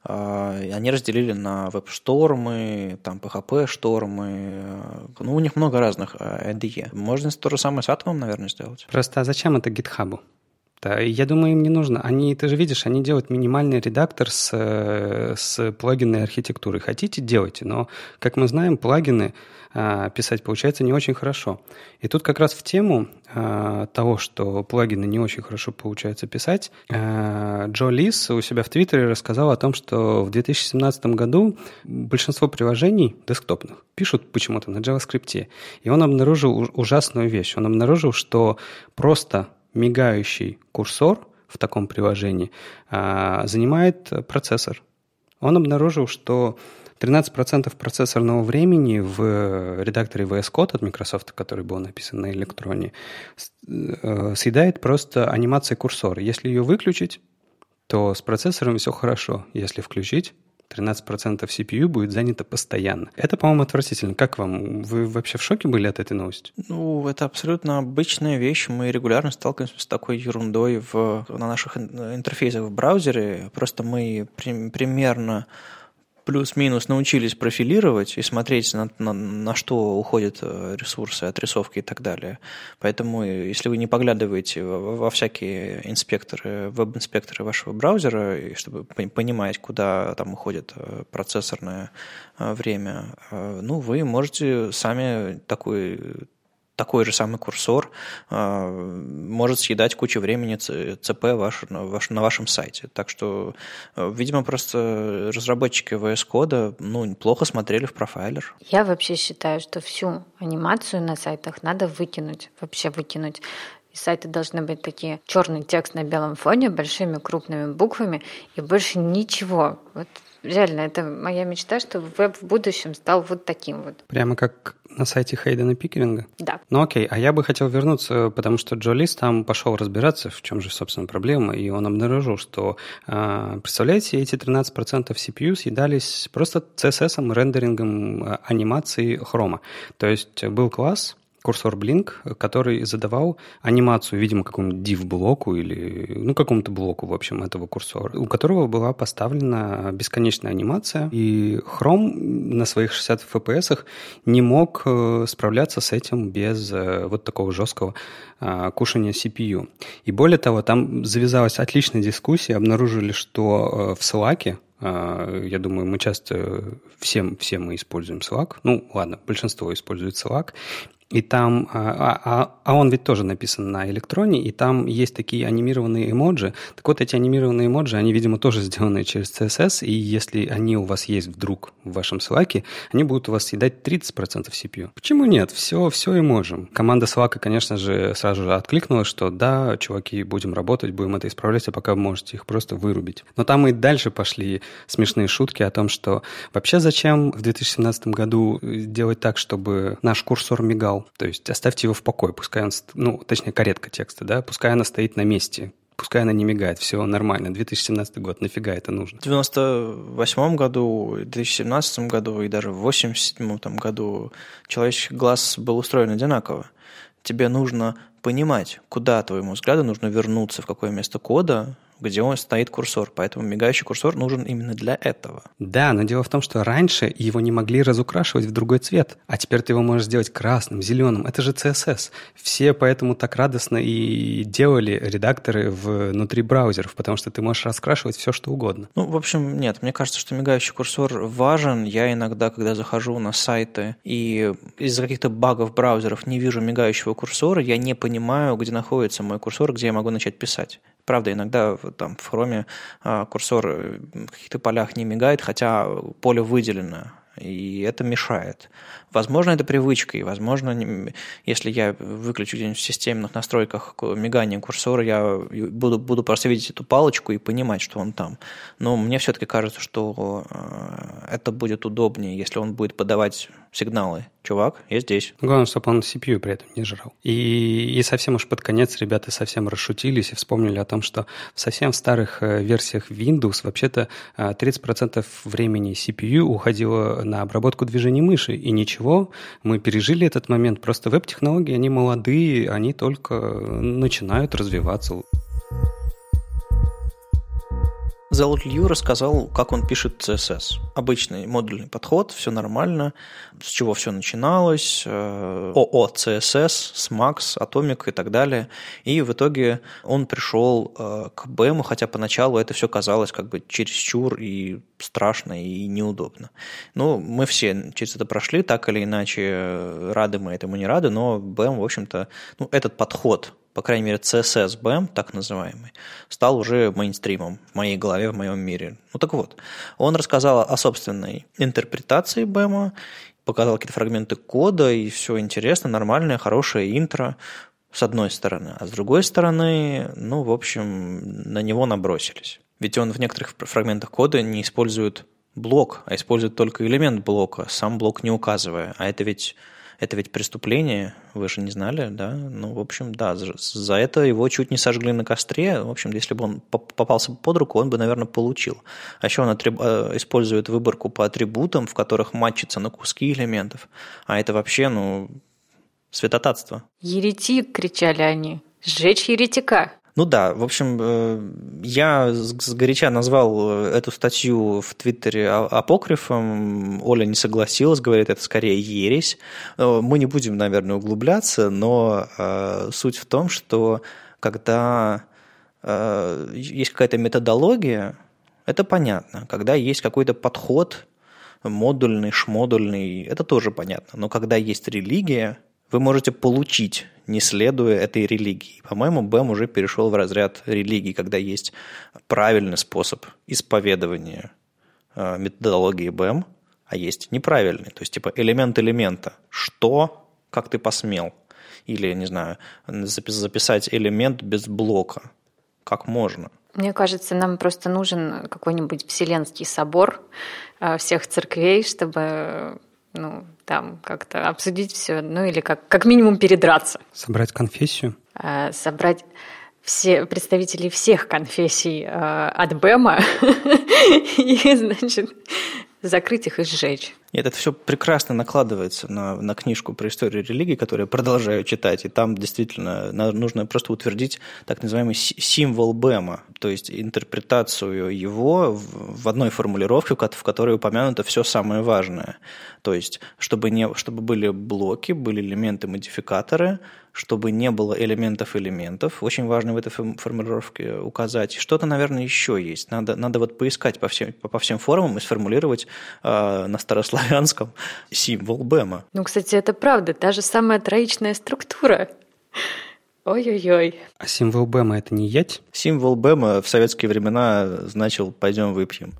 они разделили на веб-штормы, там пи эйч пи-штормы, ну, у них много разных ай ди и. Можно то же самое с Atom, наверное, сделать. Просто а зачем это GitHub? Да, я думаю, им не нужно. Они, ты же видишь, они делают минимальный редактор с, с плагинной архитектурой. Хотите, делайте, но, как мы знаем, плагины а, писать получается не очень хорошо. И тут как раз в тему а, того, что плагины не очень хорошо получается писать, а, Джо Лис у себя в Твиттере рассказал о том, что в две тысячи семнадцатом году большинство приложений десктопных пишут почему-то на JavaScript. И он обнаружил ужасную вещь. Он обнаружил, что просто мигающий курсор в таком приложении а, занимает процессор. Он обнаружил, что тринадцать процентов процессорного времени в редакторе ви эс Code от Microsoft, который был написан на электроне, съедает просто анимация курсора. Если ее выключить, то с процессором все хорошо. Если включить, тринадцать процентов си пи ю будет занято постоянно. Это, по-моему, отвратительно. Как вам? Вы вообще в шоке были от этой новости? Ну, это абсолютно обычная вещь. Мы регулярно сталкиваемся с такой ерундой в, на наших интерфейсах в браузере. Просто мы при, примерно плюс-минус научились профилировать и смотреть, на, на, на что уходят ресурсы, отрисовки и так далее. Поэтому, если вы не поглядываете во, во всякие инспекторы, веб-инспекторы вашего браузера, и чтобы понимать, куда там уходит процессорное время, ну, вы можете сами такой... Такой же самый курсор э, может съедать кучу времени ЦП ваш, ваш, на вашем сайте. Так что, э, видимо, просто разработчики ви эс Code ну, плохо смотрели в профайлер. Я вообще считаю, что всю анимацию на сайтах надо выкинуть, вообще выкинуть. и сайты должны быть такие черный текст на белом фоне, большими крупными буквами, и больше ничего. Вот реально, это моя мечта, чтобы веб в будущем стал вот таким вот. Прямо как на сайте Хейдена Пикеринга? Да. Ну окей, а я бы хотел вернуться, потому что Джо Лис там пошел разбираться, в чем же, собственно, проблема, и он обнаружил, что, представляете, эти тринадцать процентов си пи ю съедались просто си эс эс, рендерингом анимации хрома. То есть был класс, курсор Blink, который задавал анимацию, видимо, какому-нибудь div-блоку или, ну, какому-то блоку, в общем, этого курсора, у которого была поставлена бесконечная анимация, и Chrome на своих шестидесяти эф пи эс не мог справляться с этим без вот такого жесткого кушания си пи ю. И более того, там завязалась отличная дискуссия, обнаружили, что в Slack, я думаю, мы часто, все, все мы используем Slack, ну, ладно, большинство использует Slack, и там, а, а, а он ведь тоже написан на электроне, и там есть такие анимированные эмоджи. Так вот, эти анимированные эмоджи, они, видимо, тоже сделаны через си эс эс, и если они у вас есть вдруг в вашем Slack, они будут у вас съедать тридцать процентов си пи ю. Почему нет? Все, все и можем. Команда Slack, конечно же, сразу же откликнулась, что да, чуваки, будем работать, будем это исправлять, а пока вы можете их просто вырубить. Но там и дальше пошли смешные шутки о том, что вообще зачем в две тысячи семнадцатом году делать так, чтобы наш курсор мигал? То есть оставьте его в покое, пускай он, ну, точнее, каретка текста, да, пускай она стоит на месте, пускай она не мигает, все нормально. две тысячи семнадцатый год, нафига это нужно? В девяносто восьмом году, в две тысячи семнадцатом году и даже в восемьдесят седьмом там году человеческий глаз был устроен одинаково. Тебе нужно понимать, куда твоему взгляду нужно вернуться, в какое место кода, где он стоит курсор. Поэтому мигающий курсор нужен именно для этого. Да, но дело в том, что раньше его не могли разукрашивать в другой цвет, а теперь ты его можешь сделать красным, зеленым. Это же си эс эс. Все поэтому так радостно и делали редакторы внутри браузеров, потому что ты можешь раскрашивать все, что угодно. Ну, в общем, нет. Мне кажется, что мигающий курсор важен. Я иногда, когда захожу на сайты и из-за каких-то багов браузеров не вижу мигающего курсора, я не понимаю, где находится мой курсор, где я могу начать писать. Правда, иногда там в Chrome а, курсор в каких-то полях не мигает, хотя поле выделено, и это мешает. Возможно, это привычка, и, возможно, если я выключу где-нибудь в системных настройках мигания курсора, я буду, буду просто видеть эту палочку и понимать, что он там. Но мне все-таки кажется, что это будет удобнее, если он будет подавать сигналы. Чувак, я здесь. Главное, чтобы он си пи ю при этом не жрал. И, и совсем уж под конец ребята совсем расшутились и вспомнили о том, что в совсем старых версиях Windows вообще-то тридцать процентов времени си пи ю уходило на обработку движений мыши, и ничего, мы пережили этот момент. Просто веб-технологии, они молодые, они только начинают развиваться. Золотлью рассказал, как он пишет си эс эс. Обычный модульный подход, все нормально, с чего все начиналось, ОО си эс эс, Smax, Atomic и так далее. И в итоге он пришел к би эм, хотя поначалу это все казалось как бы чересчур и страшно и неудобно. Ну, мы все через это прошли, так или иначе, рады мы этому, не рады, но би эм, в общем-то, ну, этот подход, по крайней мере, си эс эс би эм, так называемый, стал уже мейнстримом в моей голове, в моем мире. Ну так вот, он рассказал о собственной интерпретации би эм, показал какие-то фрагменты кода, и все интересно, нормальное, хорошее интро, с одной стороны. А с другой стороны, ну, в общем, на него набросились. Ведь он в некоторых фрагментах кода не использует блок, а использует только элемент блока, сам блок не указывая. А это ведь... Это ведь преступление, вы же не знали, да? Ну, в общем, да, за, за это его чуть не сожгли на костре. В общем, если бы он попался под руку, он бы, наверное, получил. А еще он атриб... использует выборку по атрибутам, в которых матчится на куски элементов. А это вообще, ну, святотатство. «Еретик!» — кричали они. «Сжечь еретика!» Ну да, в общем, я сгоряча назвал эту статью в Твиттере апокрифом, Оля не согласилась, говорит, это скорее ересь. Мы не будем, наверное, углубляться, но суть в том, что когда есть какая-то методология, это понятно. Когда есть какой-то подход модульный, шмодульный, это тоже понятно. Но когда есть религия, вы можете получить, не следуя этой религии. По-моему, би эм уже перешел в разряд религии, когда есть правильный способ исповедования методологии би эм, а есть неправильный. То есть, типа, элемент элемента. Что? Как ты посмел? или, не знаю, записать элемент без блока. Как можно? Мне кажется, нам просто нужен какой-нибудь Вселенский собор всех церквей, чтобы, ну, там как-то обсудить все, ну или как, как минимум передраться. Собрать конфессию? Собрать все представителей всех конфессий от БЭМа и, значит, закрыть их и сжечь. И это все прекрасно накладывается на, на книжку про историю религии, которую я продолжаю читать, и там действительно нужно просто утвердить так называемый символ БЭМа, то есть интерпретацию его в одной формулировке, в которой упомянуто все самое важное. То есть, чтобы, не, чтобы были блоки, были элементы-модификаторы, чтобы не было элементов-элементов. Очень важно в этой формулировке указать. Что-то, наверное, еще есть. Надо, надо вот поискать по всем, по всем форумам и сформулировать э, на старославянском символ БЭМа. Ну, кстати, это правда. Та же самая троичная структура. Ой-ой-ой. А символ БЭМа – это не ять? Символ БЭМа в советские времена значил «пойдем выпьем».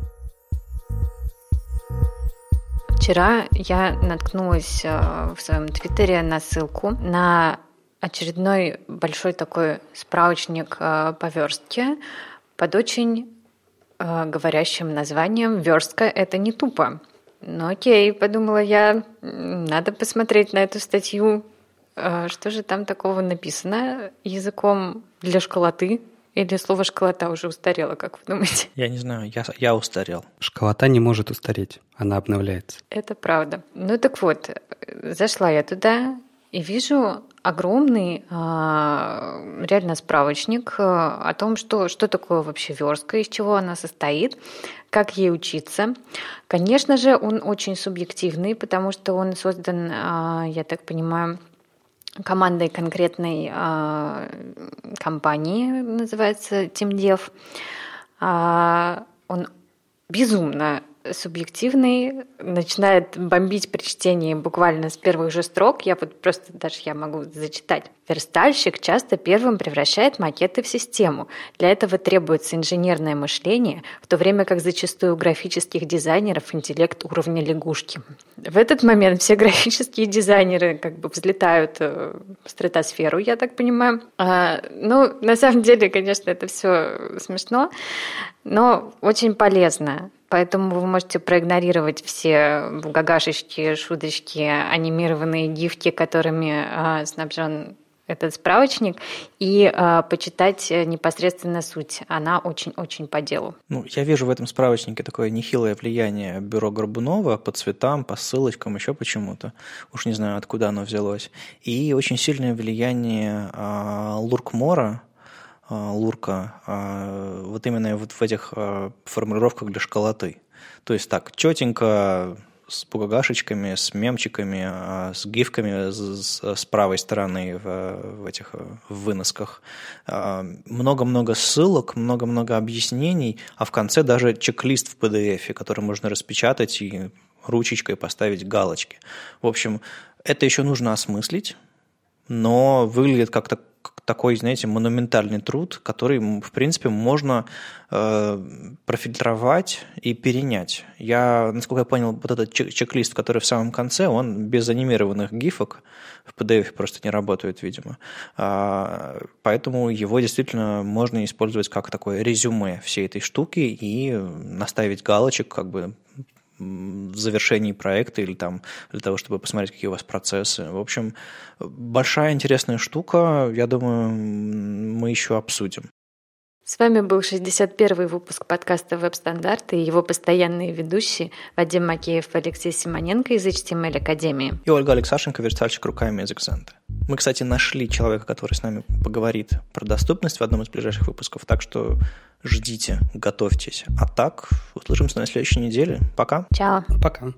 Вчера я наткнулась в своем твиттере на ссылку на очередной большой такой справочник по верстке под очень говорящим названием «Верстка – это не тупо». Ну окей, подумала я, надо посмотреть на эту статью. Что же там такого написано языком для школоты? Или слово «школота» уже устарело, как вы думаете? Я не знаю, я, я устарел. Школота не может устареть, она обновляется. Это правда. Ну так вот, зашла я туда и вижу огромный реально справочник о том, что, что такое вообще верстка, из чего она состоит, как ей учиться. Конечно же, он очень субъективный, потому что он создан, я так понимаю, командой конкретной э, компании, называется TeamDev. Э, он безумно субъективный, начинает бомбить при чтении буквально с первых же строк. Я вот просто даже я могу зачитать. Верстальщик часто первым превращает макеты в систему. Для этого требуется инженерное мышление, в то время как зачастую у графических дизайнеров интеллект уровня лягушки. В этот момент все графические дизайнеры как бы взлетают в стратосферу, я так понимаю. А, ну, на самом деле, конечно, это все смешно, но очень полезно. Поэтому вы можете проигнорировать все гагашечки, шуточки, анимированные гифки, которыми а, снабжен этот справочник, и а, почитать непосредственно суть. Она очень-очень по делу. Ну, я вижу в этом справочнике такое нехилое влияние бюро Горбунова по цветам, по ссылочкам, еще почему-то. Уж не знаю, откуда оно взялось. И очень сильное влияние а, Луркмора, Лурка, вот именно вот в этих формулировках для школоты. То есть так, четенько, с бугагашечками, с мемчиками, с гифками с, с правой стороны в, в этих в выносках. Много-много ссылок, много-много объяснений, а в конце даже чек-лист в пи ди эф, который можно распечатать и ручечкой поставить галочки. В общем, это еще нужно осмыслить, но выглядит как-то такой, знаете, монументальный труд, который, в принципе, можно э, профильтровать и перенять. Я, насколько я понял, вот этот чек-лист, который в самом конце, он без анимированных гифок, в пи ди эф просто не работает, видимо. А, поэтому его действительно можно использовать как такое резюме всей этой штуки и наставить галочек, как бы, в завершении проекта или там для того, чтобы посмотреть, какие у вас процессы. В общем, большая интересная штука. Я думаю, мы еще обсудим. С вами был шестьдесят первый выпуск подкаста «Веб-стандарты» и его постоянные ведущие Вадим Макеев, Алексей Симоненко из эйч ти эм эль Академии. И Ольга Алексашенко, верстальщик руками из Экзанта. Мы, кстати, нашли человека, который с нами поговорит про доступность в одном из ближайших выпусков, так что ждите, готовьтесь. А так, услышимся на следующей неделе. Пока. Чао. Пока.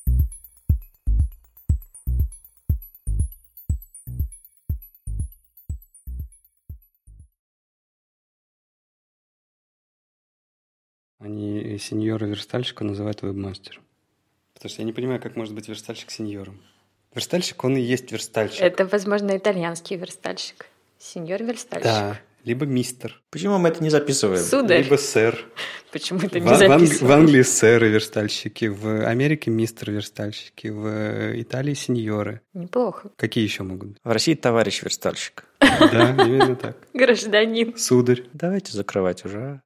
Они сеньора-верстальщика называют веб-мастер. Потому что я не понимаю, как может быть верстальщик сеньором. Верстальщик, он и есть верстальщик. Это, возможно, итальянский верстальщик. Сеньор-верстальщик. Да, либо мистер. Почему мы это не записываем? Сударь. Либо сэр. Почему это не в, записывал? В Англии сэры-верстальщики, в Америке мистер-верстальщики, в Италии сеньоры. Неплохо. Какие еще могут быть? В России товарищ верстальщик. Да, именно так. Гражданин. Сударь. Давайте закрывать уже.